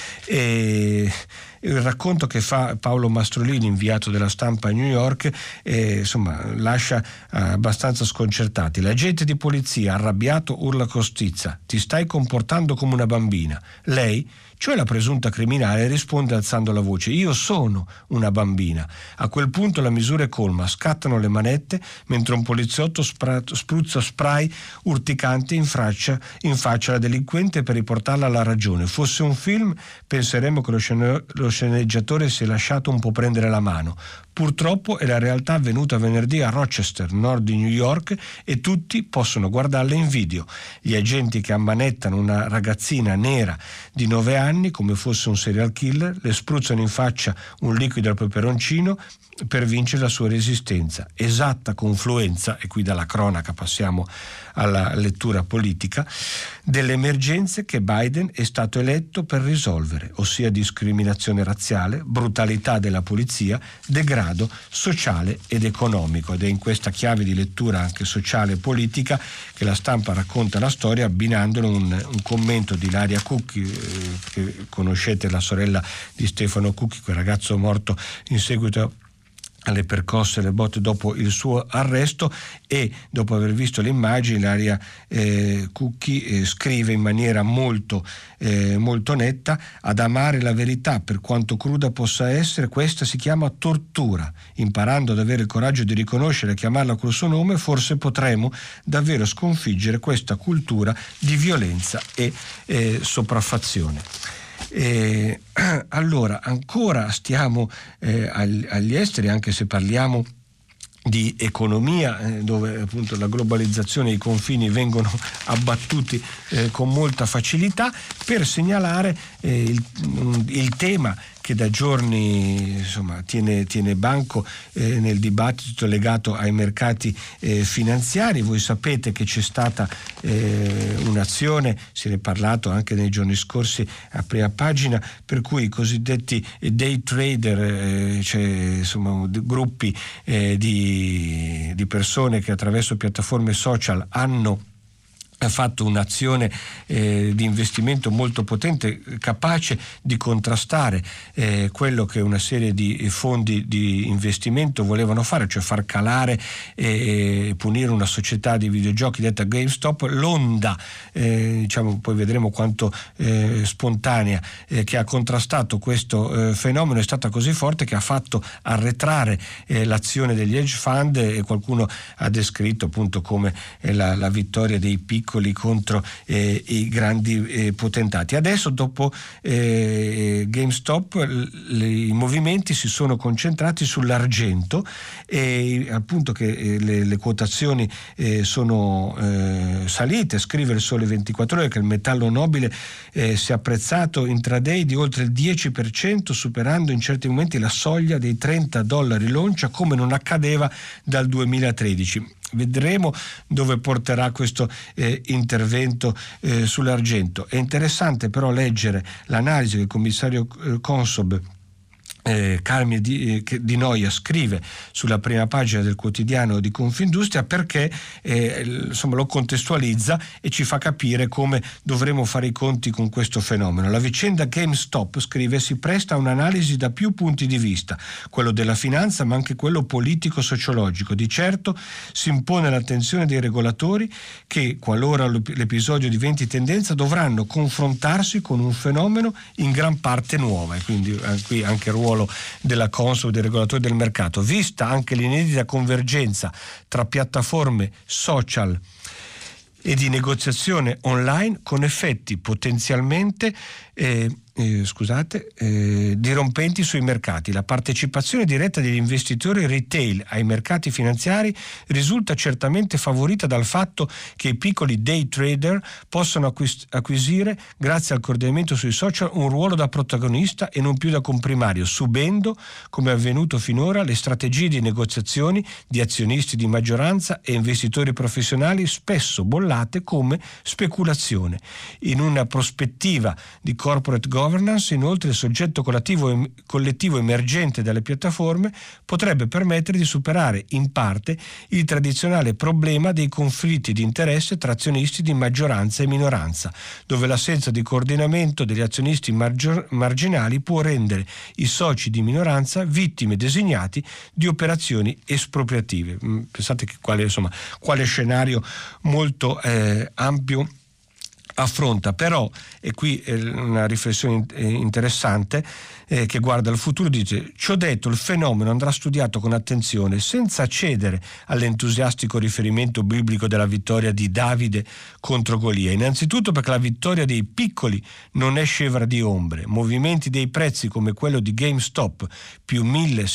E il racconto che fa Paolo Mastrolini, inviato della Stampa a New York, lascia abbastanza sconcertati. L'agente di polizia, arrabbiato, urla con stizza: ti stai comportando come una bambina. Lei, cioè la presunta criminale, risponde alzando la voce: io sono una bambina. A quel punto la misura è colma, scattano le manette mentre un poliziotto spruzza spray urticante in faccia alla delinquente per riportarla alla ragione. Fosse un film penseremmo che lo sceneggiatore si è lasciato un po' prendere la mano. Purtroppo è la realtà avvenuta venerdì a Rochester, nord di New York, e tutti possono guardarla in video. Gli agenti che ammanettano una ragazzina nera di 9 anni come fosse un serial killer, le spruzzano in faccia un liquido al peperoncino per vincere la sua resistenza. Esatta confluenza, e qui dalla cronaca passiamo alla lettura politica, delle emergenze che Biden è stato eletto per risolvere, ossia discriminazione razziale, brutalità della polizia, degrado sociale ed economico. Ed è in questa chiave di lettura anche sociale e politica che la Stampa racconta la storia, abbinandolo un commento di Ilaria Cucchi, che conoscete, la sorella di Stefano Cucchi, quel ragazzo morto in seguito alle percosse e le botte dopo il suo arresto. E dopo aver visto le immagini, Ilaria Cucchi scrive in maniera molto netta: ad amare la verità, per quanto cruda possa essere, questa si chiama tortura. Imparando ad avere il coraggio di riconoscere e chiamarla col suo nome, forse potremo davvero sconfiggere questa cultura di violenza e sopraffazione. Allora, ancora stiamo agli esteri, anche se parliamo di economia, dove appunto la globalizzazione e i confini vengono abbattuti con molta facilità, per segnalare il tema che da giorni tiene banco nel dibattito legato ai mercati finanziari. Voi sapete che c'è stata un'azione, se ne è parlato anche nei giorni scorsi a prima pagina, per cui i cosiddetti day trader, gruppi di persone che attraverso piattaforme social hanno fatto un'azione di investimento molto potente, capace di contrastare quello che una serie di fondi di investimento volevano fare, cioè far calare e punire una società di videogiochi detta GameStop. L'onda, poi vedremo quanto spontanea, che ha contrastato questo fenomeno è stata così forte che ha fatto arretrare l'azione degli hedge fund, e qualcuno ha descritto appunto come la vittoria dei piccoli contro i grandi potentati. Adesso, dopo GameStop, i movimenti si sono concentrati sull'argento, e appunto che le quotazioni sono salite. Scrive il Sole 24 Ore che il metallo nobile si è apprezzato intraday di oltre il 10%, superando in certi momenti la soglia dei $30 l'oncia, come non accadeva dal 2013. Vedremo dove porterà questo intervento sull'argento. È interessante però leggere l'analisi che il commissario Consob Carmine Di Noia scrive sulla prima pagina del quotidiano di Confindustria, perché lo contestualizza e ci fa capire come dovremo fare i conti con questo fenomeno. La vicenda GameStop, scrive, si presta a un'analisi da più punti di vista, quello della finanza ma anche quello politico-sociologico. Di certo si impone l'attenzione dei regolatori che, qualora l'episodio diventi tendenza, dovranno confrontarsi con un fenomeno in gran parte nuovo, e quindi qui anche il ruolo della Consob, dei regolatori del mercato, vista anche l'inedita convergenza tra piattaforme social e di negoziazione online, con effetti potenzialmente dirompenti sui mercati. La partecipazione diretta degli investitori retail ai mercati finanziari risulta certamente favorita dal fatto che i piccoli day trader possono acquisire, grazie al coordinamento sui social, un ruolo da protagonista e non più da comprimario, subendo, come è avvenuto finora, le strategie di negoziazioni di azionisti di maggioranza e investitori professionali, spesso bollate come speculazione. In una prospettiva di corporate governance, inoltre, il soggetto collettivo emergente dalle piattaforme potrebbe permettere di superare in parte il tradizionale problema dei conflitti di interesse tra azionisti di maggioranza e minoranza, dove l'assenza di coordinamento degli azionisti marginali può rendere i soci di minoranza vittime designati di operazioni espropriative. Pensate che quale scenario molto ampio affronta. Però, e qui è una riflessione interessante che guarda al futuro, dice: ciò detto, il fenomeno andrà studiato con attenzione, senza cedere all'entusiastico riferimento biblico della vittoria di Davide contro Golia. Innanzitutto perché la vittoria dei piccoli non è scevra di ombre. Movimenti dei prezzi come quello di GameStop, più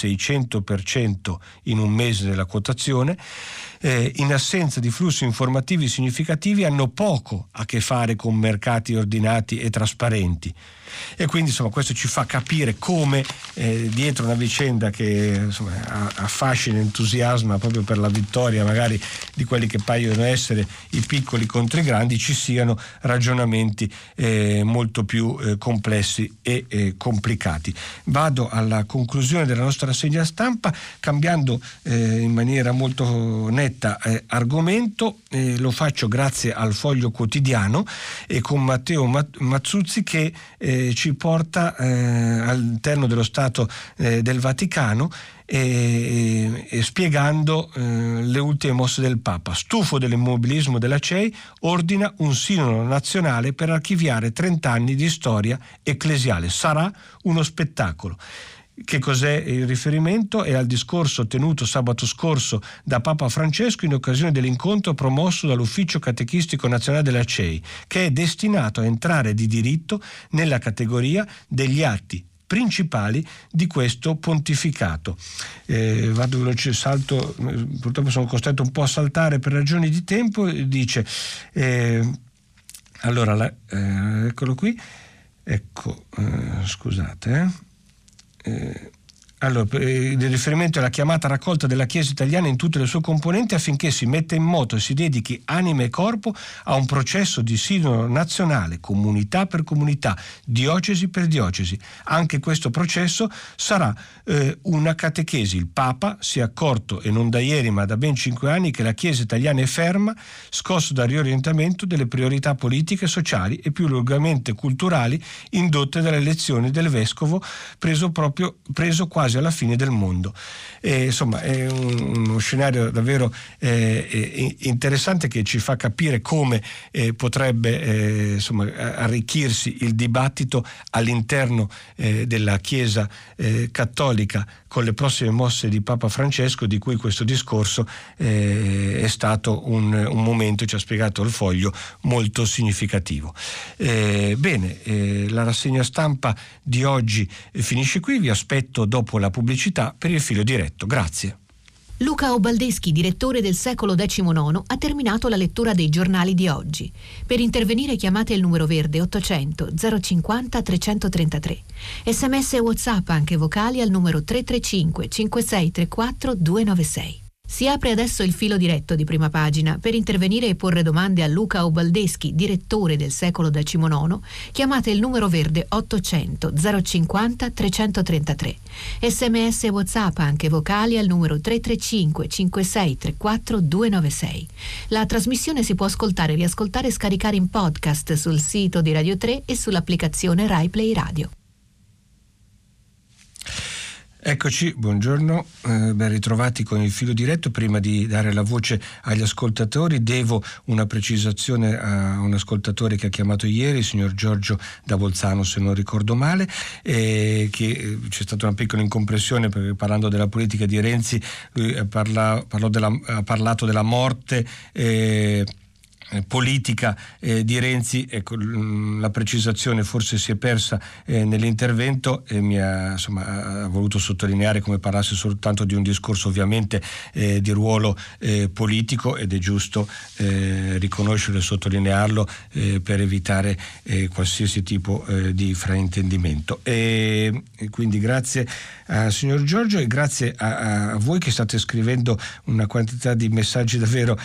1600% in un mese della quotazione, in assenza di flussi informativi significativi, hanno poco a che fare con mercati ordinati e trasparenti. E quindi questo ci fa capire come dietro una vicenda che affascina e entusiasma proprio per la vittoria magari di quelli che paiono essere i piccoli contro i grandi, ci siano ragionamenti molto più complessi e complicati. Vado alla conclusione della nostra rassegna stampa cambiando in maniera molto netta argomento. Lo faccio grazie al Foglio Quotidiano e con Matteo Mazzuzzi che ci porta all'interno dello Stato del Vaticano e spiegando le ultime mosse del Papa. Stufo dell'immobilismo della CEI, ordina un sinodo nazionale per archiviare 30 anni di storia ecclesiale. Sarà uno spettacolo. Che cos'è il riferimento? È al discorso tenuto sabato scorso da Papa Francesco in occasione dell'incontro promosso dall'Ufficio Catechistico Nazionale della CEI, che è destinato a entrare di diritto nella categoria degli atti principali di questo pontificato. Vado veloce, salto, purtroppo sono costretto un po' a saltare per ragioni di tempo. Dice allora eccolo qui, ecco, scusate allora, il riferimento alla chiamata raccolta della Chiesa italiana in tutte le sue componenti affinché si metta in moto e si dedichi anima e corpo a un processo di sinodo nazionale, comunità per comunità, diocesi per diocesi. Anche questo processo sarà una catechesi. Il Papa si è accorto, e non da ieri ma da ben 5 anni, che la Chiesa italiana è ferma, scosso dal riorientamento delle priorità politiche, sociali e più largamente culturali indotte dalle elezioni del vescovo preso quasi alla fine del mondo. Insomma, è uno scenario davvero interessante, che ci fa capire come potrebbe arricchirsi il dibattito all'interno della Chiesa cattolica con le prossime mosse di Papa Francesco, di cui questo discorso è stato un momento, ci ha spiegato il Foglio, molto significativo. Bene, la rassegna stampa di oggi finisce qui, vi aspetto dopo la pubblicità per il filo diretto. Grazie. Luca Obaldeschi, direttore del Secolo XIX, ha terminato la lettura dei giornali di oggi. Per intervenire chiamate il numero verde 800 050 333. SMS e WhatsApp anche vocali al numero 335 5634 296. Si apre adesso il filo diretto di Prima Pagina. Per intervenire e porre domande a Luca Obaldeschi, direttore del Secolo XIX, chiamate il numero verde 800 050 333. SMS e WhatsApp anche vocali al numero 335 5634 296. La trasmissione si può ascoltare, riascoltare e scaricare in podcast sul sito di Radio 3 e sull'applicazione Rai Play Radio. Eccoci, buongiorno, ben ritrovati con il filo diretto. Prima di dare la voce agli ascoltatori devo una precisazione a un ascoltatore che ha chiamato ieri, il signor Giorgio da Bolzano se non ricordo male, che c'è stata una piccola incomprensione perché parlando della politica di Renzi lui ha parlato della morte politica di Renzi. Ecco, la precisazione forse si è persa nell'intervento e mi ha voluto sottolineare come parlasse soltanto di un discorso ovviamente di ruolo politico, ed è giusto riconoscerlo e sottolinearlo per evitare qualsiasi tipo di fraintendimento. E quindi grazie al signor Giorgio e grazie a voi che state scrivendo una quantità di messaggi davvero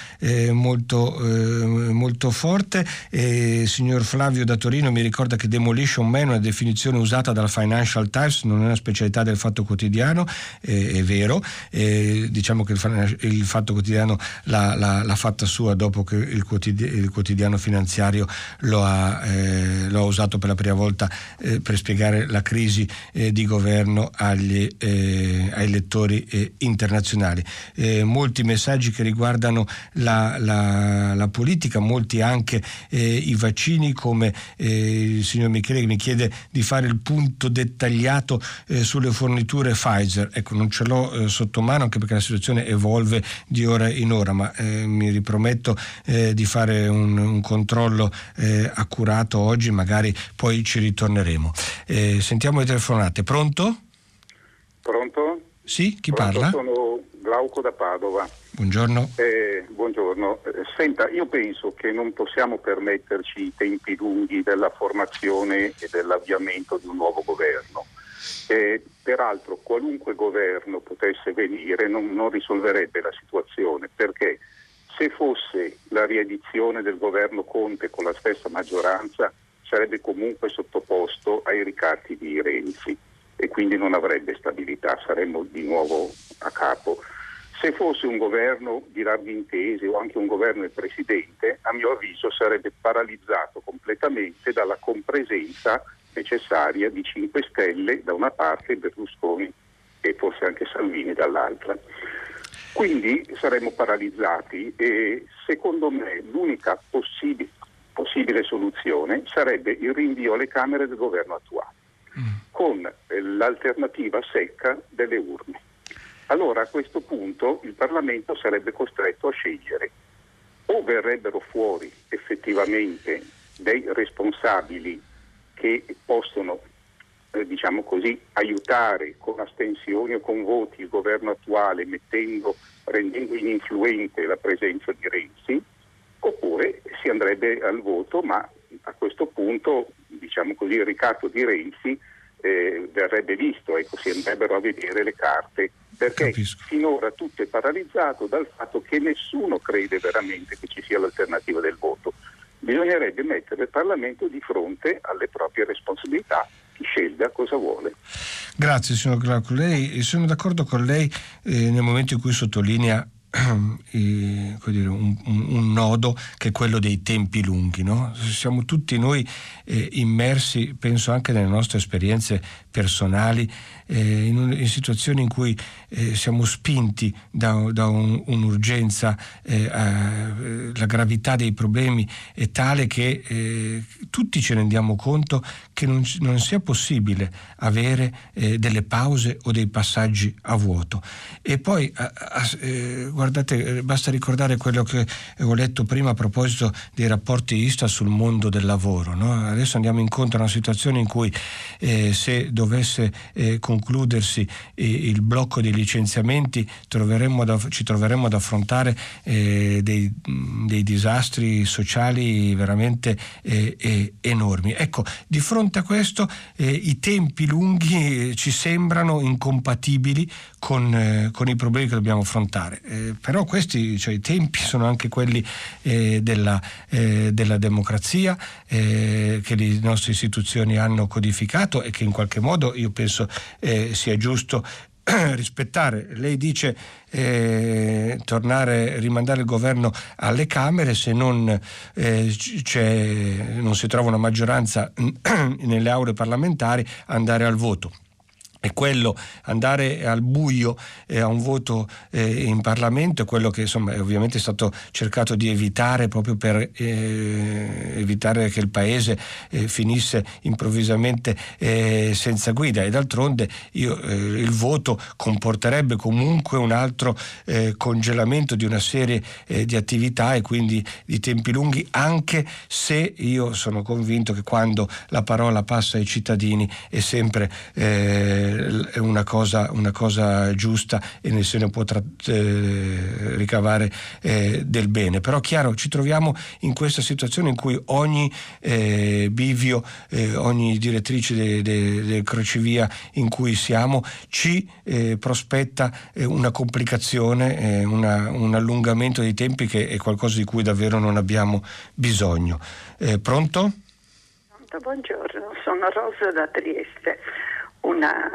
molto forte. Signor Flavio da Torino mi ricorda che demolition man è una definizione usata dal Financial Times, non è una specialità del Fatto Quotidiano. È vero, diciamo che il Fatto Quotidiano l'ha fatta sua dopo che il quotidiano finanziario lo ha usato per la prima volta per spiegare la crisi di governo agli lettori internazionali. Molti messaggi che riguardano la politica, molti anche i vaccini, come il signor Michele che mi chiede di fare il punto dettagliato sulle forniture Pfizer. Ecco, non ce l'ho sotto mano anche perché la situazione evolve di ora in ora, ma mi riprometto di fare un controllo accurato oggi, magari poi ci ritorneremo. Sentiamo le telefonate. Pronto? Pronto? Sì, chi Pronto, parla? sono Glauco da Padova. Buongiorno. Buongiorno. Senta, io penso che non possiamo permetterci i tempi lunghi della formazione e dell'avviamento di un nuovo governo. Peraltro qualunque governo potesse venire non risolverebbe la situazione, perché se fosse la riedizione del governo Conte con la stessa maggioranza sarebbe comunque sottoposto ai ricatti di Renzi e quindi non avrebbe stabilità, saremmo di nuovo a capo. Se fosse un governo di larghe intese o anche un governo del Presidente, a mio avviso sarebbe paralizzato completamente dalla compresenza necessaria di 5 Stelle da una parte e Berlusconi e forse anche Salvini dall'altra. Quindi saremmo paralizzati e secondo me l'unica possibile soluzione sarebbe il rinvio alle Camere del governo attuale, con l'alternativa secca delle urne. Allora a questo punto il Parlamento sarebbe costretto a scegliere: o verrebbero fuori effettivamente dei responsabili che possono diciamo così, aiutare con astensioni o con voti il governo attuale rendendo ininfluente la presenza di Renzi, oppure si andrebbe al voto, ma a questo punto, diciamo così, il ricatto di Renzi verrebbe visto, ecco, si andrebbero a vedere le carte, perché Capisco. finora tutto è paralizzato dal fatto che nessuno crede veramente che ci sia l'alternativa del voto. Bisognerebbe mettere il Parlamento di fronte alle proprie responsabilità, chi scelga cosa vuole. Grazie signor Glauco. Lei, sono d'accordo con lei nel momento in cui sottolinea un nodo che è quello dei tempi lunghi, no? Siamo tutti noi immersi, penso anche nelle nostre esperienze personali, in situazioni in cui siamo spinti da un'urgenza, la gravità dei problemi è tale che tutti ci rendiamo conto che non sia possibile avere delle pause o dei passaggi a vuoto. E poi guardate, basta ricordare quello che ho letto prima a proposito dei rapporti ISTAT sul mondo del lavoro, no? Adesso andiamo incontro a una situazione in cui se dovesse concludersi il blocco dei licenziamenti ci troveremmo ad affrontare dei disastri sociali veramente enormi. Ecco, di fronte a questo i tempi lunghi ci sembrano incompatibili con i problemi che dobbiamo affrontare, però questi, cioè, i tempi sono anche quelli della democrazia che le nostre istituzioni hanno codificato e che in qualche modo io penso sia giusto rispettare. Lei dice rimandare il governo alle Camere se non si trova una maggioranza nelle aule parlamentari, andare al voto. E quello, andare al buio a un voto in Parlamento, è quello che insomma ovviamente è stato cercato di evitare, proprio per evitare che il paese finisse improvvisamente senza guida. E d'altronde il voto comporterebbe comunque un altro congelamento di una serie di attività e quindi di tempi lunghi, anche se io sono convinto che quando la parola passa ai cittadini è sempre è una cosa giusta e se ne può ricavare del bene. Però chiaro, ci troviamo in questa situazione in cui ogni bivio, ogni direttrice del crocevia in cui siamo ci prospetta una complicazione, un allungamento dei tempi che è qualcosa di cui davvero non abbiamo bisogno. Pronto? Buongiorno, sono Rosa da Trieste. Una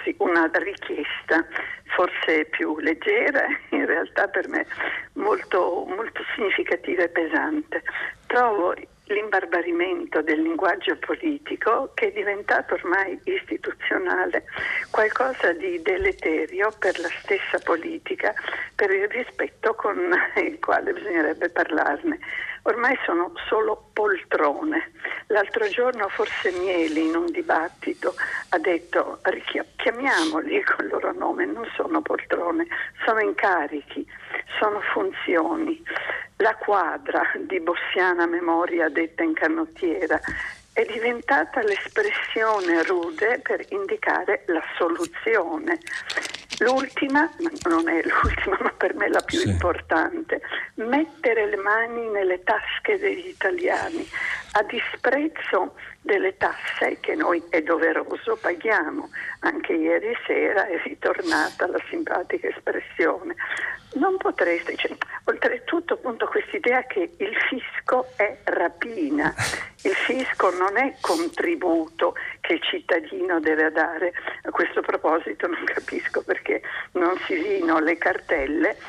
richiesta forse più leggera, in realtà per me molto, molto significativa e pesante. Trovo l'imbarbarimento del linguaggio politico, che è diventato ormai istituzionale, qualcosa di deleterio per la stessa politica, per il rispetto con il quale bisognerebbe parlarne. Ormai sono solo poltrone. L'altro giorno forse Mieli in un dibattito ha detto chiamiamoli con il loro nome, non sono poltrone, sono incarichi, sono funzioni. La quadra di bossiana memoria detta in canottiera è diventata l'espressione rude per indicare la soluzione. L'ultima, ma non è l'ultima, ma per me la più importante, mettere le mani nelle tasche degli italiani a disprezzo delle tasse che noi, è doveroso, paghiamo. Anche ieri sera è ritornata la simpatica espressione. Non potreste, oltretutto appunto quest'idea che il fisco è rapina, il fisco non è contributo che il cittadino deve dare. A questo proposito non capisco perché non si vino le cartelle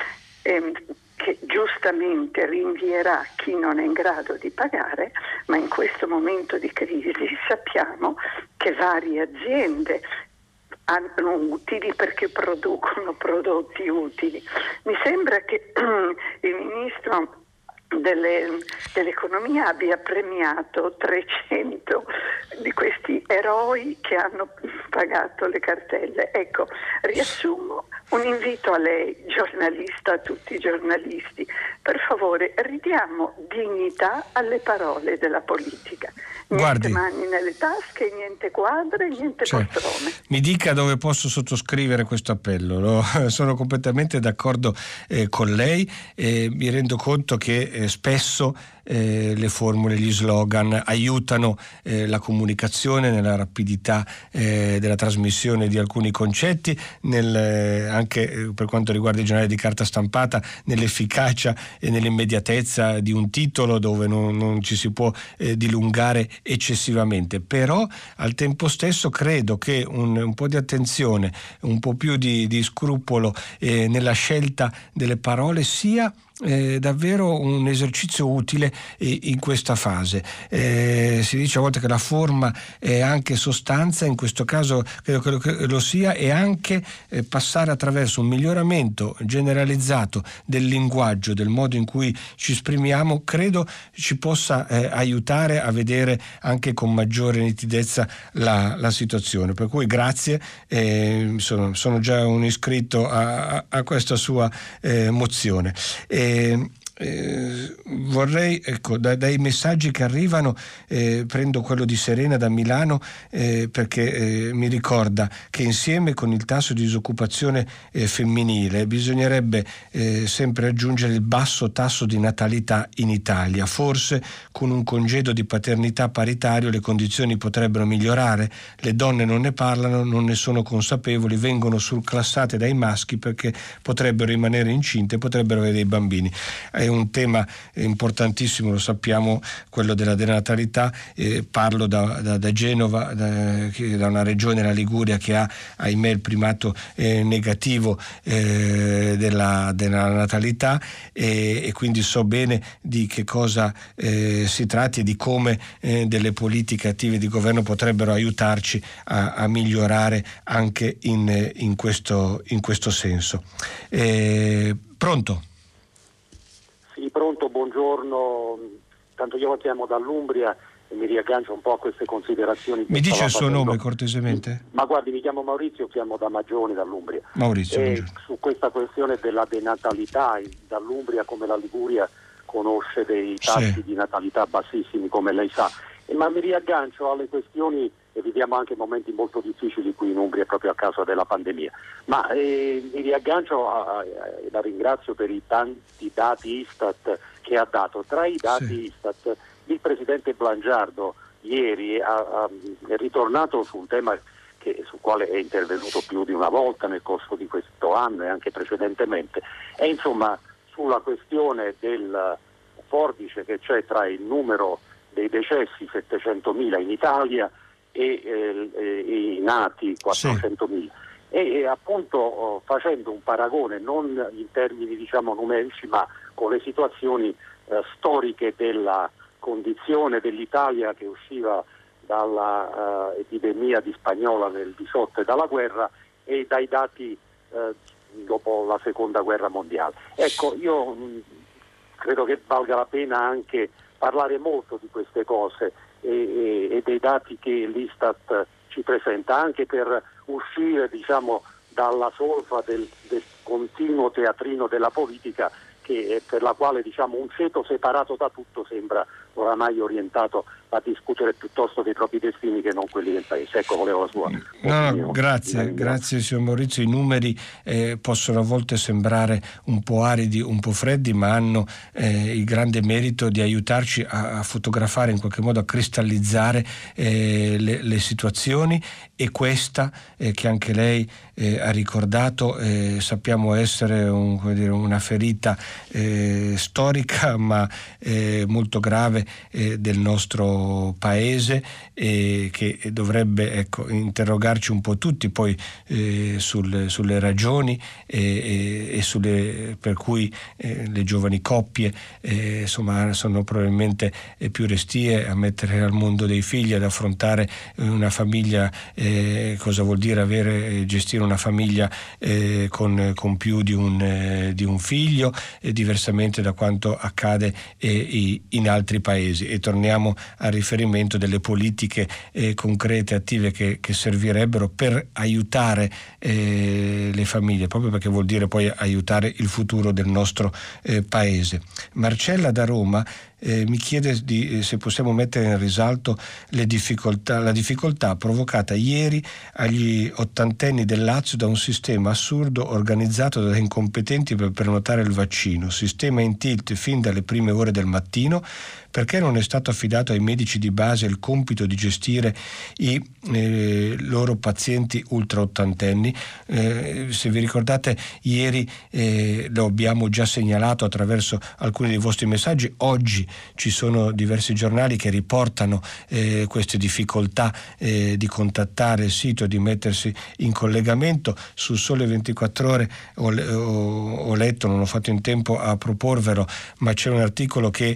che giustamente rinvierà chi non è in grado di pagare, ma in questo momento di crisi sappiamo che varie aziende hanno utili perché producono prodotti utili. Mi sembra che il ministro dell'economia abbia premiato 300 di questi eroi che hanno pagato le cartelle. Ecco, riassumo, Un invito a lei, giornalista, a tutti i giornalisti: per favore ridiamo dignità alle parole della politica. Niente mani nelle tasche, niente quadre, niente poltrone. Mi dica dove posso sottoscrivere questo appello. Sono completamente d'accordo con lei. Mi rendo conto che spesso le formule, gli slogan aiutano la comunicazione nella rapidità della trasmissione di alcuni concetti, anche per quanto riguarda i giornali di carta stampata, nell'efficacia e nell'immediatezza di un titolo dove non ci si può dilungare eccessivamente. Però al tempo stesso credo che un po' di attenzione, un po' più di scrupolo nella scelta delle parole sia davvero un esercizio utile in questa fase. Si dice a volte che la forma è anche sostanza, in questo caso credo che lo sia, e anche passare attraverso un miglioramento generalizzato del linguaggio, del modo in cui ci esprimiamo, credo ci possa aiutare a vedere anche con maggiore nitidezza la situazione. Per cui grazie, sono già un iscritto a questa sua mozione. Vorrei, dai messaggi che arrivano, prendo quello di Serena da Milano, perché mi ricorda che insieme con il tasso di disoccupazione femminile bisognerebbe sempre aggiungere il basso tasso di natalità in Italia. Forse con un congedo di paternità paritario le condizioni potrebbero migliorare. Le donne non ne parlano, non ne sono consapevoli, vengono surclassate dai maschi perché potrebbero rimanere incinte, potrebbero avere dei bambini. È un tema importantissimo, lo sappiamo, quello della denatalità. Parlo da Genova, da una regione, la Liguria, che ha, ahimè, il primato negativo della natalità, e quindi so bene di che cosa si tratti e di come delle politiche attive di governo potrebbero aiutarci a migliorare anche in questo senso. Pronto? Sì, pronto, buongiorno. Tanto io chiamo dall'Umbria e mi riaggancio un po' a queste considerazioni. Mi dice il suo nome cortesemente? Ma guardi, mi chiamo Maurizio, chiamo da Magione, dall'Umbria. Maurizio, su questa questione della denatalità, dall'Umbria come la Liguria conosce dei tassi di natalità bassissimi, come lei sa. Ma mi riaggancio alle questioni, e viviamo anche momenti molto difficili qui in Umbria proprio a causa della pandemia, ma mi riaggancio e la ringrazio per i tanti dati Istat che ha dato. Tra i dati Istat, il presidente Blangiardo ieri è ritornato su un tema sul quale è intervenuto più di una volta nel corso di questo anno e anche precedentemente, e insomma sulla questione del forbice che c'è tra il numero dei decessi, 700.000 in Italia, e i nati, 400.000. E appunto facendo un paragone non in termini numerici, ma con le situazioni storiche della condizione dell'Italia che usciva dalla epidemia di spagnola nel 18 e dalla guerra, e dai dati dopo la seconda guerra mondiale. Ecco, io credo che valga la pena anche parlare molto di queste cose e dei dati che l'Istat ci presenta, anche per uscire dalla solfa del continuo teatrino della politica, per la quale un ceto separato da tutto sembra oramai orientato a discutere piuttosto dei propri destini che non quelli del paese. Ecco, volevo la sua opinione. Grazie signor Maurizio. I numeri possono a volte sembrare un po' aridi, un po' freddi, ma hanno il grande merito di aiutarci a fotografare, in qualche modo a cristallizzare le situazioni, e questa che anche lei ha ricordato sappiamo essere una ferita storica ma molto grave del nostro paese, che dovrebbe interrogarci un po' tutti poi sulle ragioni e per cui le giovani coppie sono probabilmente più restie a mettere al mondo dei figli, ad affrontare una famiglia, cosa vuol dire gestire una famiglia con più di un figlio, diversamente da quanto accade in altri paesi. E torniamo a a riferimento delle politiche concrete, attive che servirebbero per aiutare le famiglie, proprio perché vuol dire poi aiutare il futuro del nostro paese. Marcella da Roma mi chiede se possiamo mettere in risalto la difficoltà provocata ieri agli ottantenni del Lazio da un sistema assurdo organizzato da incompetenti per prenotare il vaccino, sistema in tilt fin dalle prime ore del mattino. Perché non è stato affidato ai medici di base il compito di gestire i loro pazienti ultra ottantenni? Se vi ricordate, ieri lo abbiamo già segnalato attraverso alcuni dei vostri messaggi. Oggi ci sono diversi giornali che riportano queste difficoltà di contattare il sito, di mettersi in collegamento. Sul Sole 24 Ore ho letto, non ho fatto in tempo a proporvelo, ma c'è un articolo che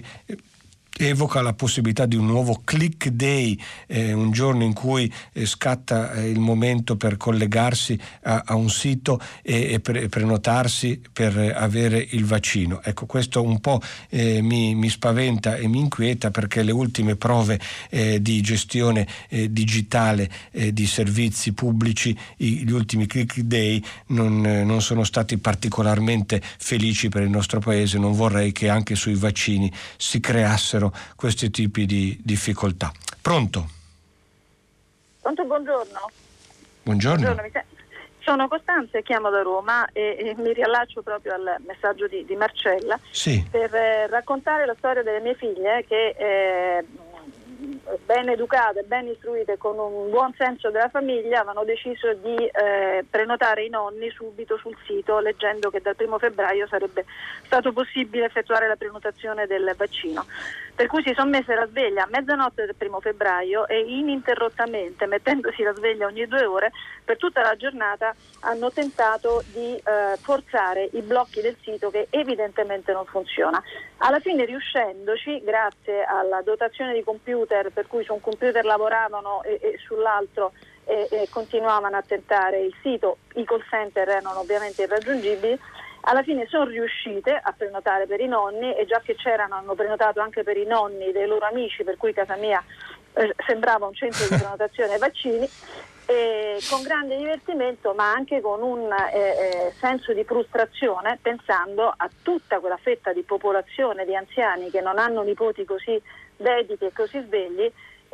evoca la possibilità di un nuovo click day, un giorno in cui scatta il momento per collegarsi a un sito e prenotarsi per avere il vaccino. Ecco, questo un po' mi spaventa e mi inquieta, perché le ultime prove di gestione digitale di servizi pubblici, gli ultimi click day non sono stati particolarmente felici per il nostro paese. Non vorrei che anche sui vaccini si creassero questi tipi di difficoltà. Pronto? Pronto, buongiorno. Buongiorno. Sono Costanza e chiamo da Roma e mi riallaccio proprio al messaggio di Marcella, sì, per raccontare la storia delle mie figlie che ben educate, ben istruite, con un buon senso della famiglia, avevano deciso di prenotare i nonni subito sul sito, leggendo che dal 1 febbraio sarebbe stato possibile effettuare la prenotazione del vaccino. Per cui si sono messe la sveglia a mezzanotte del 1 febbraio e ininterrottamente, mettendosi la sveglia ogni 2 ore, per tutta la giornata hanno tentato di forzare i blocchi del sito, che evidentemente non funziona. Alla fine, riuscendoci, grazie alla dotazione di computer, per cui su un computer lavoravano e sull'altro continuavano a tentare il sito, i call center erano ovviamente irraggiungibili. Alla fine sono riuscite a prenotare per i nonni, e già che c'erano hanno prenotato anche per i nonni dei loro amici, per cui casa mia sembrava un centro di prenotazione ai vaccini, con grande divertimento, ma anche con un senso di frustrazione, pensando a tutta quella fetta di popolazione di anziani che non hanno nipoti così dediti e così svegli,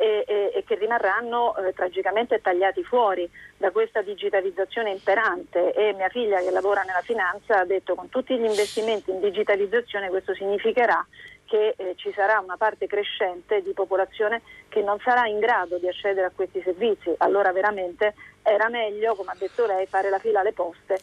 e che rimarranno tragicamente tagliati fuori da questa digitalizzazione imperante. E mia figlia, che lavora nella finanza, ha detto: con tutti gli investimenti in digitalizzazione questo significherà che ci sarà una parte crescente di popolazione che non sarà in grado di accedere a questi servizi. Allora veramente era meglio, come ha detto lei, fare la fila alle poste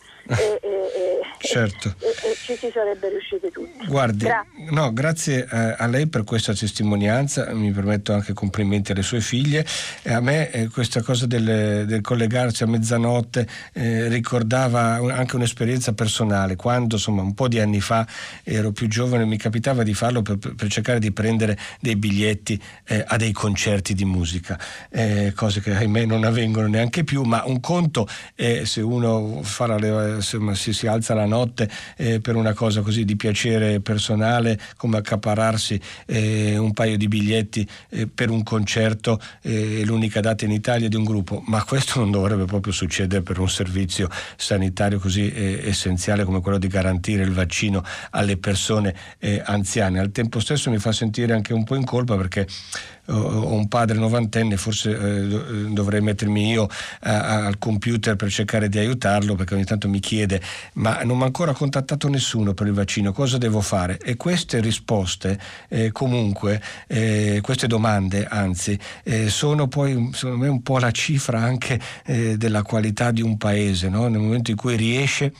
certo. e ci si sarebbe riusciti tutti. Guardi, grazie a lei per questa testimonianza, mi permetto anche complimenti alle sue figlie. A me questa cosa del collegarsi a mezzanotte ricordava anche un'esperienza personale. Quando insomma un po' di anni fa ero più giovane, mi capitava di farlo per cercare di prendere dei biglietti a dei concerti di musica, cose che ahimè non avvengono neanche più. Ma un conto è se uno si alza la notte per una cosa così di piacere personale, come accaparrarsi un paio di biglietti per un concerto, l'unica data in Italia di un gruppo, ma questo non dovrebbe proprio succedere per un servizio sanitario così essenziale come quello di garantire il vaccino alle persone anziane. Al tempo stesso mi fa sentire anche un po' in colpa, perché ho un padre novantenne, forse dovrei mettermi io al computer per cercare di aiutarlo, perché ogni tanto mi chiede: ma non mi ha ancora contattato nessuno per il vaccino, cosa devo fare? E queste risposte comunque, queste domande anzi, sono poi secondo me un po' la cifra anche della qualità di un paese, no? Nel momento in cui riesce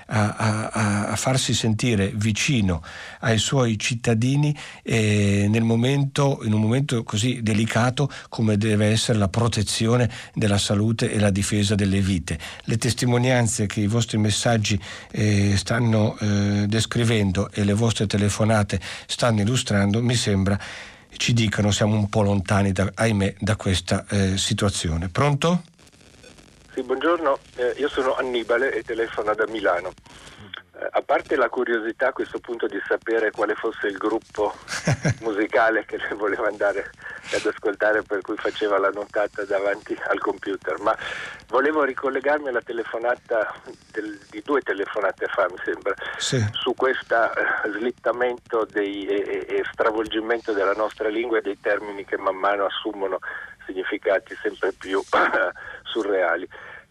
a farsi sentire vicino ai suoi cittadini in un momento così delicato come deve essere la protezione della salute e la difesa delle vite. Le testimonianze che i vostri messaggi stanno descrivendo e le vostre telefonate stanno illustrando, mi sembra, ci dicono siamo un po' lontani ahimè da questa situazione. Pronto? Sì, buongiorno, io sono Annibale e telefono da Milano. A parte la curiosità a questo punto di sapere quale fosse il gruppo musicale che lei voleva andare ad ascoltare, per cui faceva la notata davanti al computer, ma volevo ricollegarmi alla telefonata di 2 telefonate fa, mi sembra, sì, su questo slittamento e stravolgimento della nostra lingua e dei termini che man mano assumono significati sempre più surreali.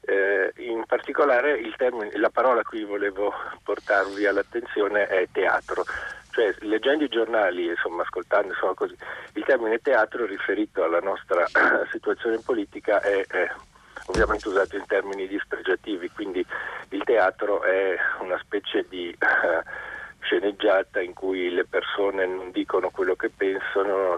In particolare la parola a cui volevo portarvi all'attenzione è teatro. Cioè, leggendo i giornali, insomma, ascoltando, insomma, così, il termine teatro riferito alla nostra situazione politica è ovviamente usato in termini dispregiativi, quindi il teatro è una specie di sceneggiata in cui le persone non dicono quello che pensano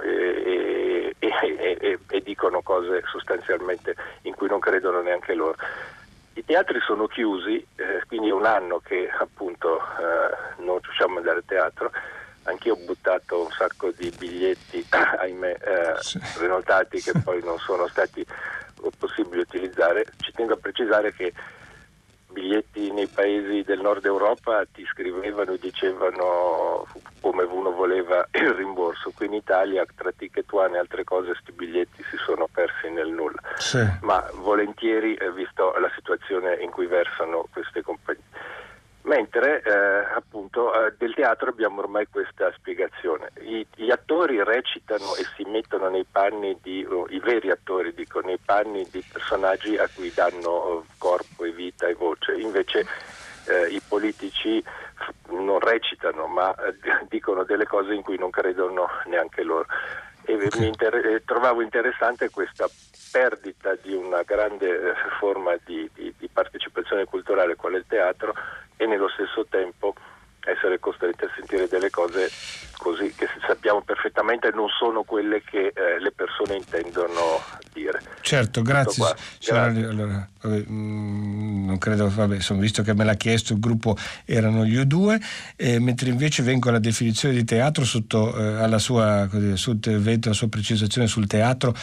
e dicono cose sostanzialmente in cui non credono neanche loro. I teatri sono chiusi, quindi è un anno che appunto non riusciamo ad andare a teatro. Anch'io ho buttato un sacco di biglietti, ahimè, prenotati, che poi non sono stati possibili utilizzare. Ci tengo a precisare che biglietti nei paesi del nord Europa ti scrivevano e dicevano come uno voleva il rimborso. Qui in Italia tra Ticket One e altre cose sti biglietti si sono persi nel nulla, sì, ma volentieri visto la situazione in cui versano queste compagnie. Mentre appunto del teatro abbiamo ormai questa spiegazione. Gli attori recitano e si mettono nei panni i veri attori, dico, nei panni di personaggi a cui danno corpo e vita e voce. Invece i politici non recitano, ma dicono delle cose in cui non credono neanche loro. E trovavo interessante questa perdita di una grande forma di partecipazione culturale qual è il teatro, e nello stesso tempo essere costretti a sentire delle cose così che sappiamo perfettamente non sono quelle che le persone intendono dire. Certo, grazie. Grazie. Allora, non credo, visto che me l'ha chiesto, il gruppo erano gli U2, mentre invece vengo alla definizione di teatro sotto alla sua precisazione sul teatro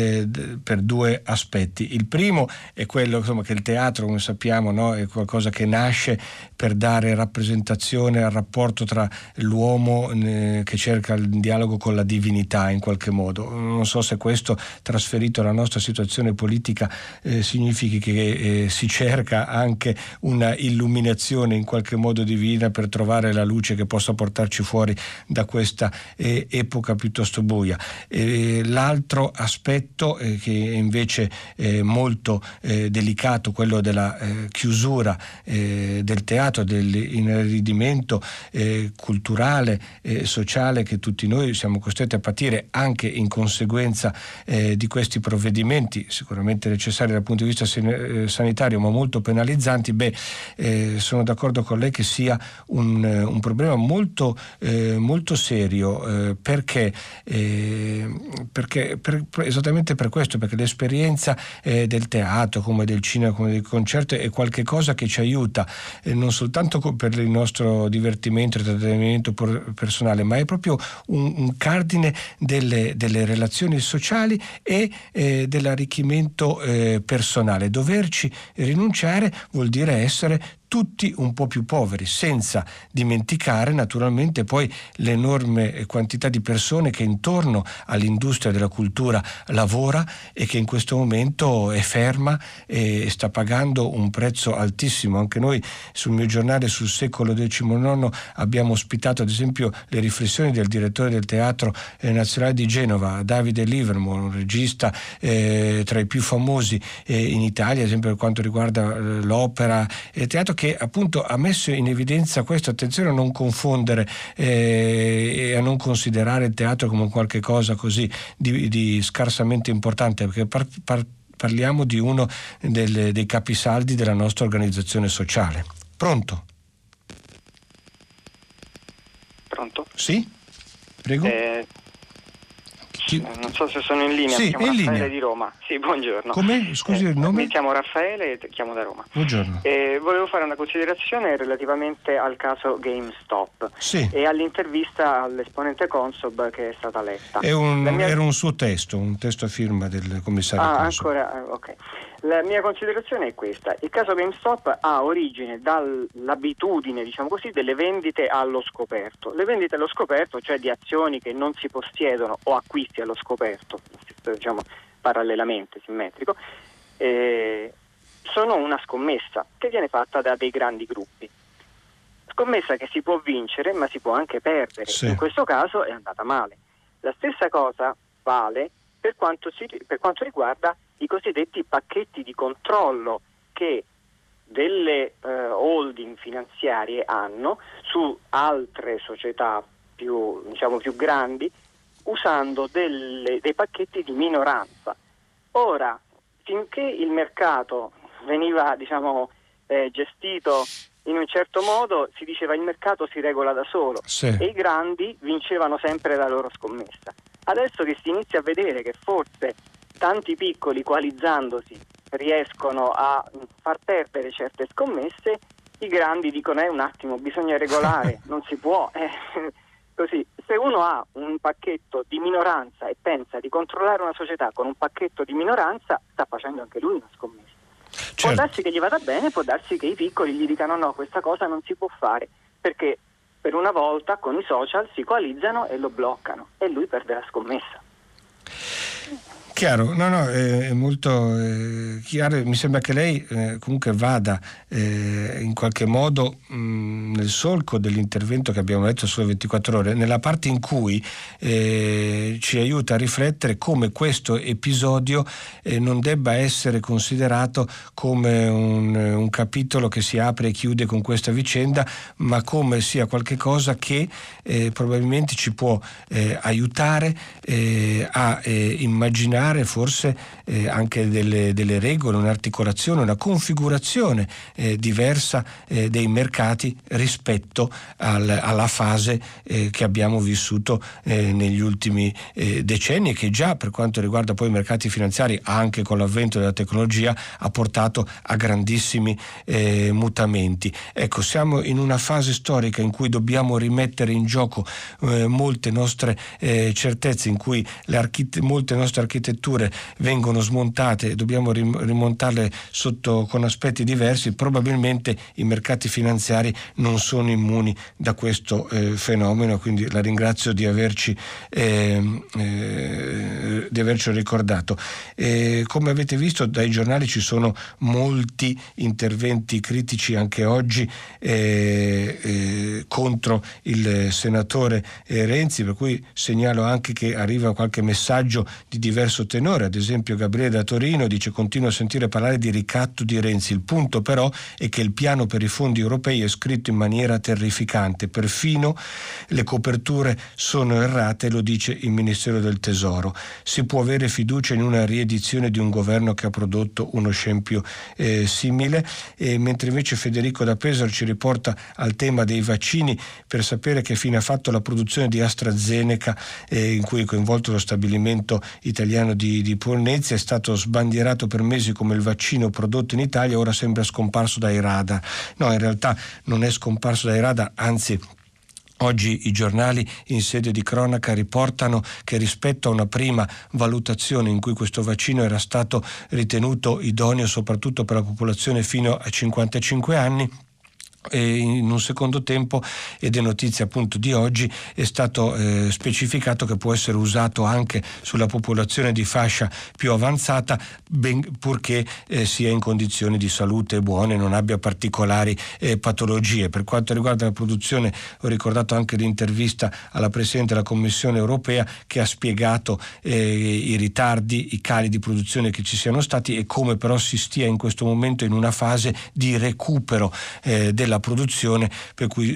per 2 aspetti. Il primo è quello, insomma, che il teatro, come sappiamo, no, è qualcosa che nasce per dare rappresentazione al rapporto tra l'uomo che cerca il dialogo con la divinità in qualche modo. Non so se questo trasferito alla nostra situazione politica significhi che si cerca anche una illuminazione in qualche modo divina per trovare la luce che possa portarci fuori da questa epoca piuttosto buia. L'altro aspetto che invece è molto delicato, quello della chiusura del teatro, dell'inaridimento culturale e sociale che tutti noi siamo costretti a patire anche in conseguenza di questi provvedimenti sicuramente necessari dal punto di vista sanitario, ma molto penalizzanti. Sono d'accordo con lei che sia un problema molto serio, perché esattamente per questo, perché l'esperienza del teatro, come del cinema, come del concerto, è qualche cosa che ci aiuta non soltanto per il nostro divertimento e intrattenimento personale, ma è proprio un cardine delle relazioni sociali e dell'arricchimento personale. Doverci rinunciare vuol dire essere tutti un po' più poveri, senza dimenticare naturalmente poi l'enorme quantità di persone che intorno all'industria della cultura lavora e che in questo momento è ferma e sta pagando un prezzo altissimo. Anche noi sul mio giornale, sul secolo XIX, abbiamo ospitato ad esempio le riflessioni del direttore del Teatro Nazionale di Genova, Davide Livermore, un regista tra i più famosi in Italia, ad esempio per quanto riguarda l'opera e il teatro, che appunto ha messo in evidenza questo. Attenzione a non confondere e a non considerare il teatro come qualche cosa così di scarsamente importante, perché parliamo di uno dei capisaldi della nostra organizzazione sociale. Pronto? Pronto? Sì? Prego? Non so se sono in linea. Sì, mi chiamo in Raffaele linea. Di Roma. Sì, buongiorno. Come? Scusi il nome? Mi chiamo Raffaele e chiamo da Roma. Buongiorno. Volevo fare una considerazione relativamente al caso GameStop, sì, e all'intervista all'esponente Consob che è stata letta. Era un suo testo, un testo a firma del commissario Consob. Ancora, ok. La mia considerazione è questa: il caso GameStop ha origine dall'abitudine, diciamo così, delle vendite allo scoperto. Le vendite allo scoperto, cioè di azioni che non si possiedono o acquisti allo scoperto, diciamo parallelamente, simmetrico, sono una scommessa che viene fatta da dei grandi gruppi. Scommessa che si può vincere ma si può anche perdere. Sì. In questo caso è andata male. La stessa cosa vale per quanto riguarda i cosiddetti pacchetti di controllo che delle holding finanziarie hanno su altre società più grandi, usando dei pacchetti di minoranza. Ora, finché il mercato veniva gestito in un certo modo, si diceva il mercato si regola da solo, sì, e i grandi vincevano sempre la loro scommessa. Adesso che si inizia a vedere che forse tanti piccoli, coalizzandosi, riescono a far perdere certe scommesse, i grandi dicono un attimo, bisogna regolare, non si può. Così, se uno ha un pacchetto di minoranza e pensa di controllare una società con un pacchetto di minoranza, sta facendo anche lui una scommessa. Certo. Può darsi che gli vada bene, può darsi che i piccoli gli dicano no, questa cosa non si può fare, perché per una volta con i social si coalizzano e lo bloccano e lui perde la scommessa. Chiaro, è molto chiaro. Mi sembra che lei comunque vada in qualche modo nel solco dell'intervento che abbiamo letto sulle 24 ore, nella parte in cui ci aiuta a riflettere come questo episodio non debba essere considerato come un capitolo che si apre e chiude con questa vicenda, ma come sia qualche cosa che probabilmente ci può aiutare a immaginare forse anche delle regole, un'articolazione, una configurazione diversa dei mercati rispetto alla fase che abbiamo vissuto negli ultimi decenni, e che già per quanto riguarda poi i mercati finanziari, anche con l'avvento della tecnologia, ha portato a grandissimi mutamenti. Ecco, siamo in una fase storica in cui dobbiamo rimettere in gioco molte nostre certezze, in cui molte nostre architetture vengono smontate e dobbiamo rimontarle con aspetti diversi. Probabilmente i mercati finanziari non sono immuni da questo fenomeno, quindi la ringrazio di averci ricordato. Come avete visto dai giornali ci sono molti interventi critici anche oggi contro il senatore Renzi, per cui segnalo anche che arriva qualche messaggio di diverso tenore. Ad esempio Gabriele da Torino dice: continuo a sentire parlare di ricatto di Renzi, il punto però è che il piano per i fondi europei è scritto in maniera terrificante, perfino le coperture sono errate, lo dice il Ministero del Tesoro. Si può avere fiducia in una riedizione di un governo che ha prodotto uno scempio simile? Mentre invece Federico da Pesaro ci riporta al tema dei vaccini per sapere che fine ha fatto la produzione di AstraZeneca, in cui è coinvolto lo stabilimento italiano di Polnezia. È stato sbandierato per mesi come il vaccino prodotto in Italia, ora sembra scomparso dai radar. No, in realtà non è scomparso dai radar, anzi oggi i giornali in sede di cronaca riportano che rispetto a una prima valutazione in cui questo vaccino era stato ritenuto idoneo soprattutto per la popolazione fino a 55 anni, e in un secondo tempo, ed è notizia appunto di oggi, è stato specificato che può essere usato anche sulla popolazione di fascia più avanzata, purché sia in condizioni di salute buone e non abbia particolari patologie. Per quanto riguarda la produzione, ho ricordato anche l'intervista alla Presidente della Commissione europea, che ha spiegato i ritardi, i cali di produzione che ci siano stati e come però si stia in questo momento in una fase di recupero della produzione, per cui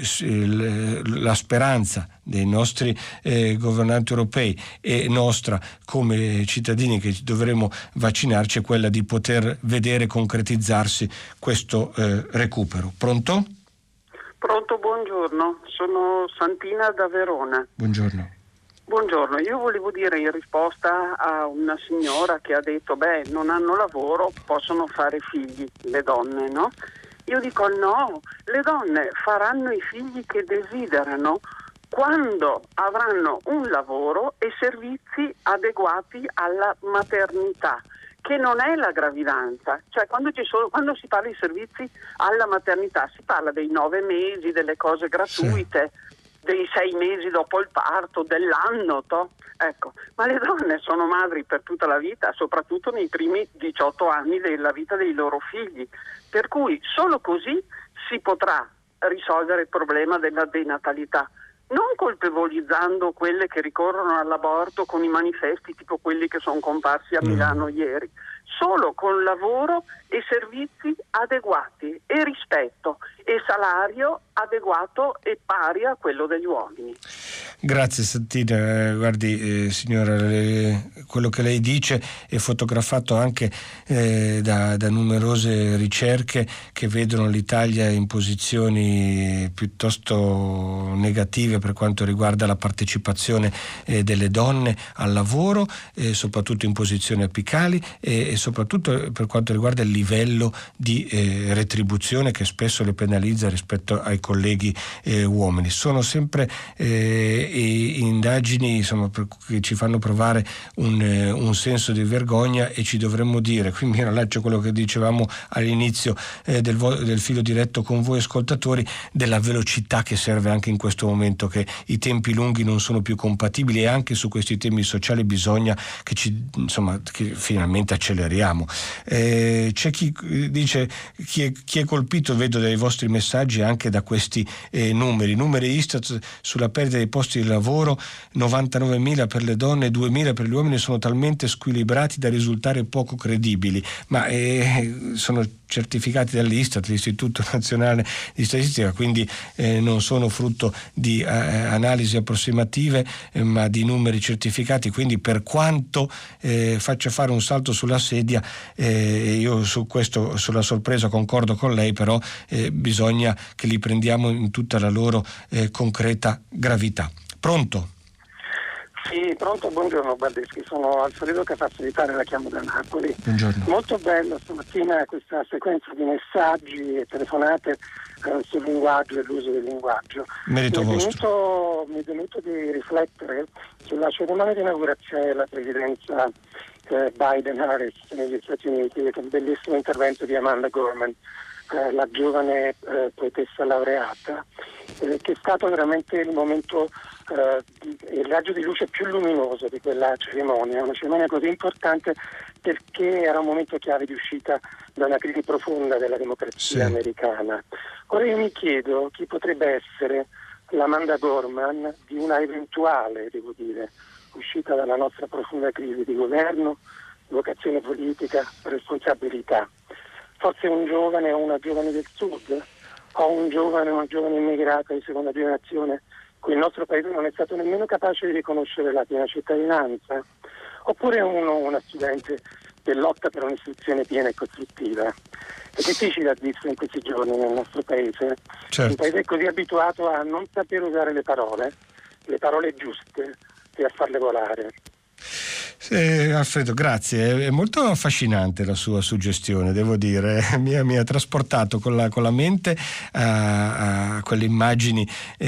la speranza dei nostri governanti europei e nostra come cittadini che dovremo vaccinarci è quella di poter vedere concretizzarsi questo recupero. Pronto? Pronto, buongiorno, sono Santina da Verona. Buongiorno. Buongiorno, io volevo dire in risposta a una signora che ha detto non hanno lavoro, possono fare figli, le donne, no? Io dico no, le donne faranno i figli che desiderano quando avranno un lavoro e servizi adeguati alla maternità, che non è la gravidanza. Cioè quando si parla di servizi alla maternità si parla dei 9 mesi, delle cose gratuite, dei 6 mesi dopo il parto, dell'anno, ecco. Ma le donne sono madri per tutta la vita, soprattutto nei primi 18 anni della vita dei loro figli, per cui solo così si potrà risolvere il problema della denatalità, non colpevolizzando quelle che ricorrono all'aborto con i manifesti tipo quelli che sono comparsi a Milano ieri, solo con lavoro e servizi adeguati e rispetto e salario adeguato e pari a quello degli uomini. Grazie Santina, guardi signora, quello che lei dice è fotografato anche da numerose ricerche che vedono l'Italia in posizioni piuttosto negative per quanto riguarda la partecipazione delle donne al lavoro, soprattutto in posizioni apicali e soprattutto per quanto riguarda il livello di retribuzione che spesso le penalizza rispetto ai colleghi uomini. Sono sempre indagini che ci fanno provare un senso di vergogna e ci dovremmo dire, qui mi rallaccio a quello che dicevamo all'inizio del filo diretto con voi ascoltatori, della velocità che serve anche in questo momento, che i tempi lunghi non sono più compatibili e anche su questi temi sociali bisogna che che finalmente acceleriamo. C'è chi dice, chi è colpito, vedo dai vostri messaggi, anche da questi numeri Istat sulla perdita dei posti di lavoro, 99.000 per le donne e 2.000 per gli uomini, sono talmente squilibrati da risultare poco credibili, ma sono certificati dall'Istat, l'Istituto Nazionale di Statistica, quindi non sono frutto di analisi approssimative ma di numeri certificati, quindi per quanto faccia fare un salto sulla sedia, io su questo, sulla sorpresa, concordo con lei, però bisogna che li prendiamo in tutta la loro concreta gravità. Pronto? Sì, pronto, buongiorno Baldeschi, sono Alfredo Capazzo d'Italia, la chiamo da Napoli. Buongiorno. Molto bello stamattina questa sequenza di messaggi e telefonate sul linguaggio e l'uso del linguaggio. Merito vostro. Mi è venuto di riflettere sulla cerimonia di inaugurazione della presidenza Biden-Harris negli Stati Uniti, con un bellissimo intervento di Amanda Gorman, la giovane poetessa laureata, che è stato veramente il momento, il raggio di luce più luminoso di quella cerimonia, una cerimonia così importante perché era un momento chiave di uscita da una crisi profonda della democrazia americana. Ora io mi chiedo chi potrebbe essere l'Amanda Gorman di una eventuale, devo dire, uscita dalla nostra profonda crisi di governo, vocazione politica, responsabilità. Forse un giovane o una giovane del sud, o un giovane o una giovane immigrata di seconda generazione cui il nostro paese non è stato nemmeno capace di riconoscere la piena cittadinanza, oppure una studente che lotta per un'istruzione piena e costruttiva. È difficile a dirsi in questi giorni nel nostro paese. Certo. Un paese è così abituato a non saper usare le parole giuste e a farle volare. Alfredo, grazie, è molto affascinante la sua suggestione, devo dire, mi ha trasportato con la mente a quelle immagini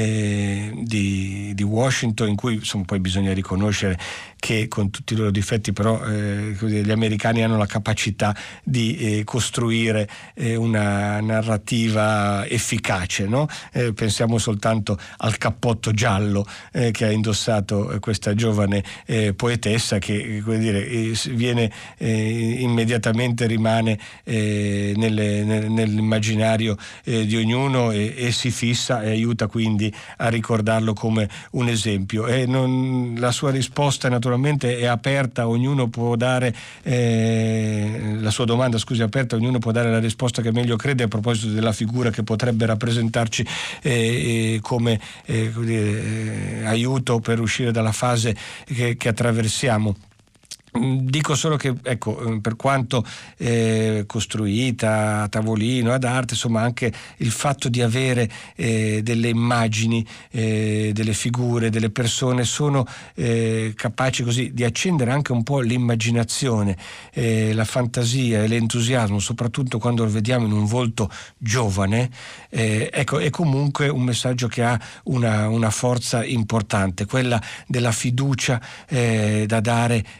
di Washington, in cui poi bisogna riconoscere che con tutti i loro difetti però gli americani hanno la capacità di costruire una narrativa efficace, no? Pensiamo soltanto al cappotto giallo che ha indossato questa giovane poetessa che viene immediatamente, rimane nell'immaginario di ognuno e si fissa e aiuta quindi a ricordarlo come un esempio. La sua risposta naturalmente è aperta, ognuno può dare la sua domanda, scusi, aperta, ognuno può dare la risposta che meglio crede a proposito della figura che potrebbe rappresentarci come aiuto per uscire dalla fase che attraversiamo. Dico solo che, ecco, per quanto costruita a tavolino, ad arte, insomma, anche il fatto di avere delle immagini, delle figure, delle persone sono capaci così di accendere anche un po' l'immaginazione, la fantasia e l'entusiasmo, soprattutto quando lo vediamo in un volto giovane. Ecco, è comunque un messaggio che ha una forza importante, quella della fiducia da dare ai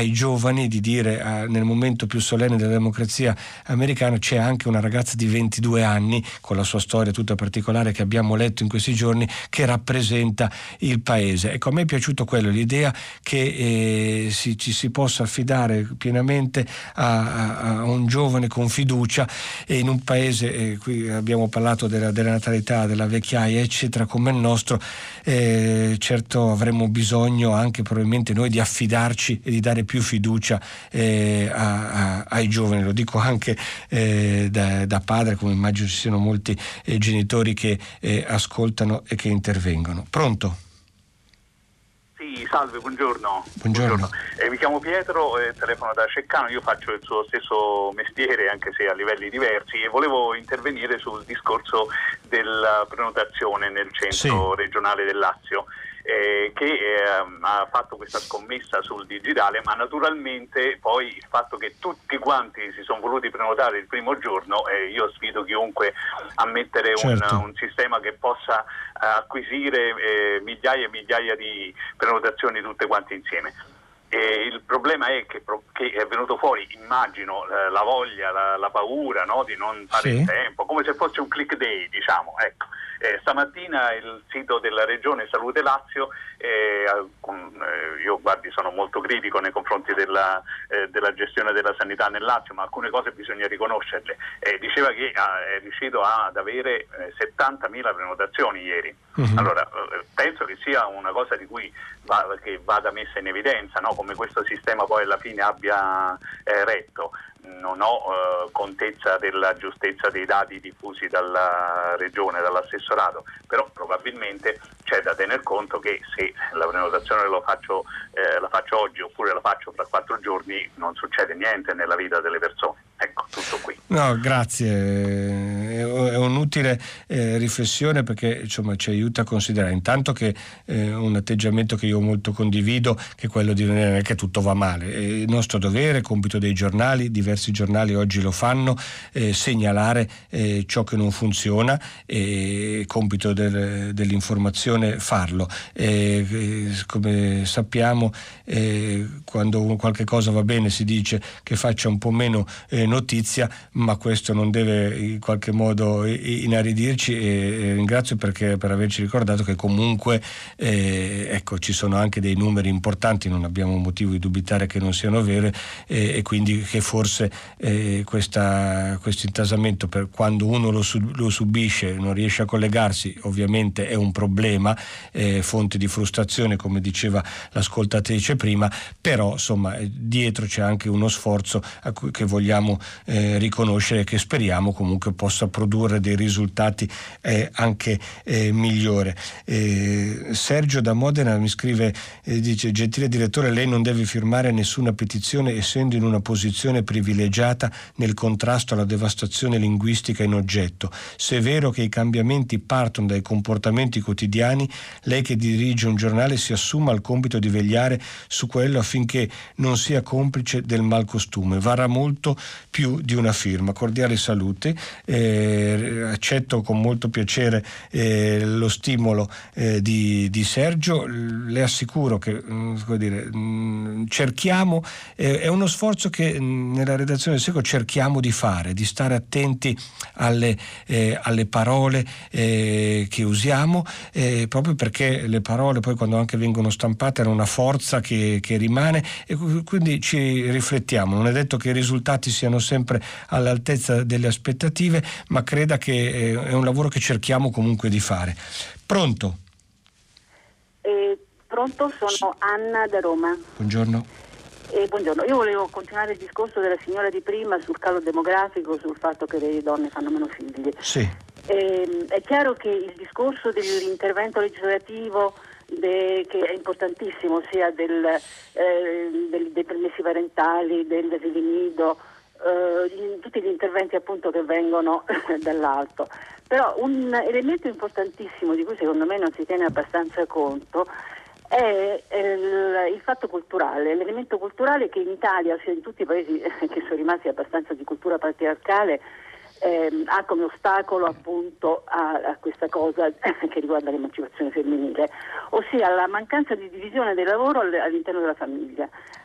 ai giovani di dire nel momento più solenne della democrazia americana c'è anche una ragazza di 22 anni con la sua storia tutta particolare che abbiamo letto in questi giorni, che rappresenta il paese. Ecco, a me è piaciuto quello, l'idea che ci si possa affidare pienamente a un giovane con fiducia, e in un paese, qui abbiamo parlato della natalità, della vecchiaia eccetera, come il nostro, certo avremmo bisogno anche probabilmente noi di affidarci e di dare più fiducia ai giovani. Lo dico anche da padre, come immagino ci siano molti genitori che ascoltano e che intervengono. Pronto? Sì, salve, buongiorno. Buongiorno. Mi chiamo Pietro, telefono da Ceccano. Io faccio il suo stesso mestiere, anche se a livelli diversi, e volevo intervenire sul discorso della prenotazione nel centro regionale del Lazio, che ha fatto questa scommessa sul digitale, ma naturalmente poi il fatto che tutti quanti si sono voluti prenotare il primo giorno, io sfido chiunque a mettere un sistema che possa acquisire migliaia e migliaia di prenotazioni tutte quante insieme. Il problema è che è venuto fuori, immagino, la voglia, la paura, no, di non fare il tempo, come se fosse un click day, diciamo, ecco. Stamattina il sito della Regione Salute Lazio, io guardi sono molto critico nei confronti della gestione della sanità nel Lazio, ma alcune cose bisogna riconoscerle, diceva che è riuscito ad avere 70.000 prenotazioni ieri. Allora penso che sia una cosa di cui che vada messa in evidenza, no? Come questo sistema poi alla fine abbia retto. Non ho contezza della giustezza dei dati diffusi dalla Regione, dall'assessorato, però probabilmente c'è da tener conto che se la prenotazione la faccio oggi oppure la faccio fra 4 giorni non succede niente nella vita delle persone. Ecco, tutto qui. No, grazie, è un'utile riflessione, perché insomma ci aiuta a considerare intanto che un atteggiamento che io molto condivido, che è quello di non è che tutto va male, è il nostro dovere, compito dei giornali, diversi giornali oggi lo fanno, segnalare ciò che non funziona, e compito dell'informazione farlo. Come sappiamo, quando qualche cosa va bene si dice che faccia un po' meno notizia, ma questo non deve in qualche modo inaridirci, e ringrazio per averci ricordato che comunque ecco, ci sono anche dei numeri importanti, non abbiamo motivo di dubitare che non siano vere, e quindi che forse questo intasamento, per quando uno lo subisce, non riesce a collegarsi, ovviamente è un problema, fonte di frustrazione, come diceva l'ascoltatrice prima, però insomma dietro c'è anche uno sforzo che vogliamo riconoscere, che speriamo comunque possa produrre dei risultati anche migliore. Sergio da Modena mi scrive, dice: gentile direttore, lei non deve firmare nessuna petizione essendo in una posizione privilegiata nel contrasto alla devastazione linguistica in oggetto. Se è vero che i cambiamenti partono dai comportamenti quotidiani, lei che dirige un giornale si assuma il compito di vegliare su quello affinché non sia complice del malcostume. Varrà molto più di una firma. Cordiale salute. Accetto con molto piacere lo stimolo di Sergio. Le assicuro che cerchiamo, è uno sforzo che nella redazione del Secolo cerchiamo di fare, di stare attenti alle parole che usiamo, proprio perché le parole poi, quando anche vengono stampate, hanno una forza che rimane, e quindi ci riflettiamo. Non è detto che i risultati siano sempre all'altezza delle aspettative, ma creda che è un lavoro che cerchiamo comunque di fare. Pronto? Pronto, sono Anna da Roma. Buongiorno. Buongiorno, io volevo continuare il discorso della signora di prima sul calo demografico, sul fatto che le donne fanno meno figli. Sì. È chiaro che il discorso dell'intervento legislativo che è importantissimo, sia dei permessi parentali, degli asili nido, tutti gli interventi appunto che vengono dall'alto. Però un elemento importantissimo di cui secondo me non si tiene abbastanza conto è il fatto culturale, l'elemento culturale che in Italia, ossia in tutti i paesi che sono rimasti abbastanza di cultura patriarcale, ha come ostacolo appunto a questa cosa che riguarda l'emancipazione femminile, ossia la mancanza di divisione del lavoro all'interno della famiglia.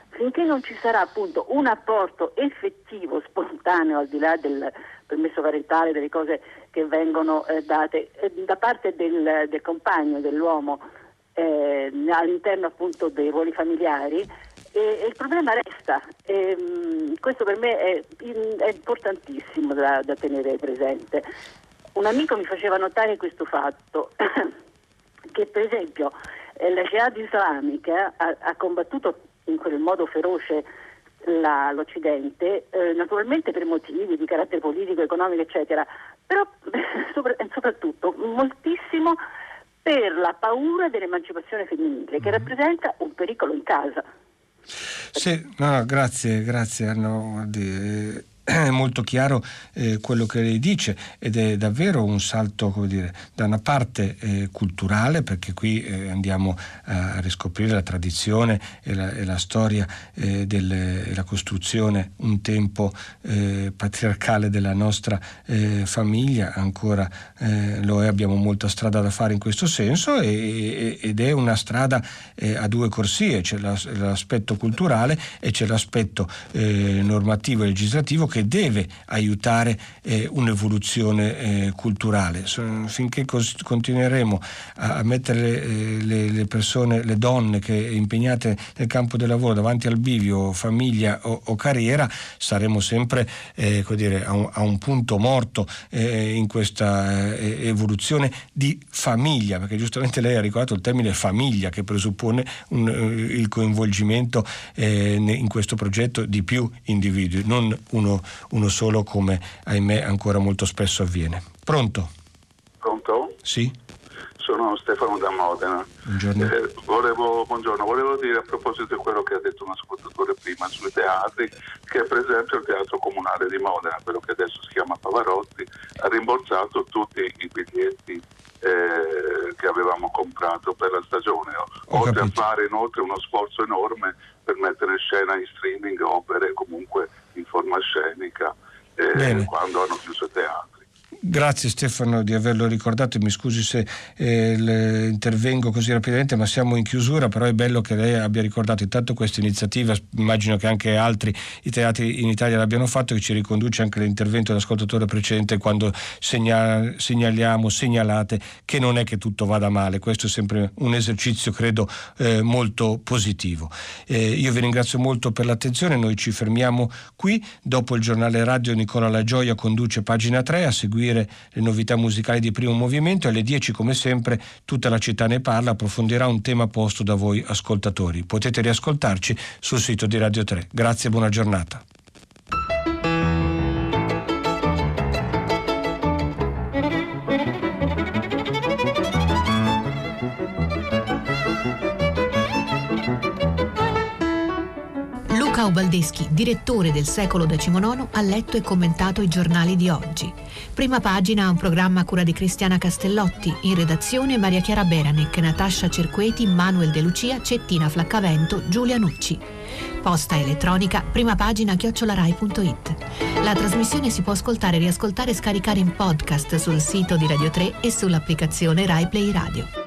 finché non ci sarà appunto un apporto effettivo, spontaneo, al di là del permesso parentale, delle cose che vengono date da parte del compagno, dell'uomo, all'interno appunto dei ruoli familiari, il problema resta. Questo per me è importantissimo da tenere presente. Un amico mi faceva notare questo fatto, che per esempio la Jihad islamica ha combattuto in quel modo feroce l'Occidente, naturalmente per motivi di carattere politico, economico, eccetera, però soprattutto moltissimo per la paura dell'emancipazione femminile, che rappresenta un pericolo in casa. Sì, no, grazie Arno. È molto chiaro quello che lei dice, ed è davvero un salto, come dire, da una parte culturale, perché qui andiamo a riscoprire la tradizione e la storia e la costruzione un tempo patriarcale della nostra famiglia, ancora lo è, abbiamo molta strada da fare in questo senso, ed è una strada a due corsie, c'è l'aspetto culturale e c'è l'aspetto normativo e legislativo che deve aiutare un'evoluzione culturale. Finché continueremo a mettere le persone, le donne che impegnate nel campo del lavoro davanti al bivio, famiglia o carriera, saremo sempre a un punto morto in questa evoluzione di famiglia, perché giustamente lei ha ricordato il termine famiglia, che presuppone il coinvolgimento in questo progetto di più individui, non uno solo, come ahimè ancora molto spesso avviene. Pronto? Pronto? Sì. Sono Stefano da Modena. Buongiorno. Buongiorno, volevo dire a proposito di quello che ha detto un ascoltatore prima sui teatri, che per esempio il Teatro Comunale di Modena, quello che adesso si chiama Pavarotti, ha rimborsato tutti i biglietti che avevamo comprato per la stagione, oltre a fare inoltre uno sforzo enorme per mettere in scena in streaming opere comunque in forma scenica quando hanno chiuso i teatri. Grazie Stefano di averlo ricordato, e mi scusi se intervengo così rapidamente, ma siamo in chiusura, però è bello che lei abbia ricordato intanto questa iniziativa, immagino che anche altri i teatri in Italia l'abbiano fatto, che ci riconduce anche all'intervento dell'ascoltatore precedente quando segnalate che non è che tutto vada male. Questo è sempre un esercizio, credo, molto positivo. Io vi ringrazio molto per l'attenzione, noi ci fermiamo qui. Dopo il giornale radio Nicola La Gioia conduce Pagina 3, a seguire le novità musicali di Primo Movimento, e alle 10 come sempre Tutta la città ne parla approfondirà un tema posto da voi ascoltatori. Potete riascoltarci sul sito di Radio 3. Grazie e buona giornata. Luca Ubaldeschi, direttore del Secolo XIX, ha letto e commentato i giornali di oggi. Prima Pagina, un programma a cura di Cristiana Castellotti, in redazione Maria Chiara Beranec, Natascia Cerqueti, Manuel De Lucia, Cettina Flaccavento, Giulia Nucci. Posta elettronica primapagina@rai.it. La trasmissione si può ascoltare, riascoltare e scaricare in podcast sul sito di Radio 3 e sull'applicazione Rai Play Radio.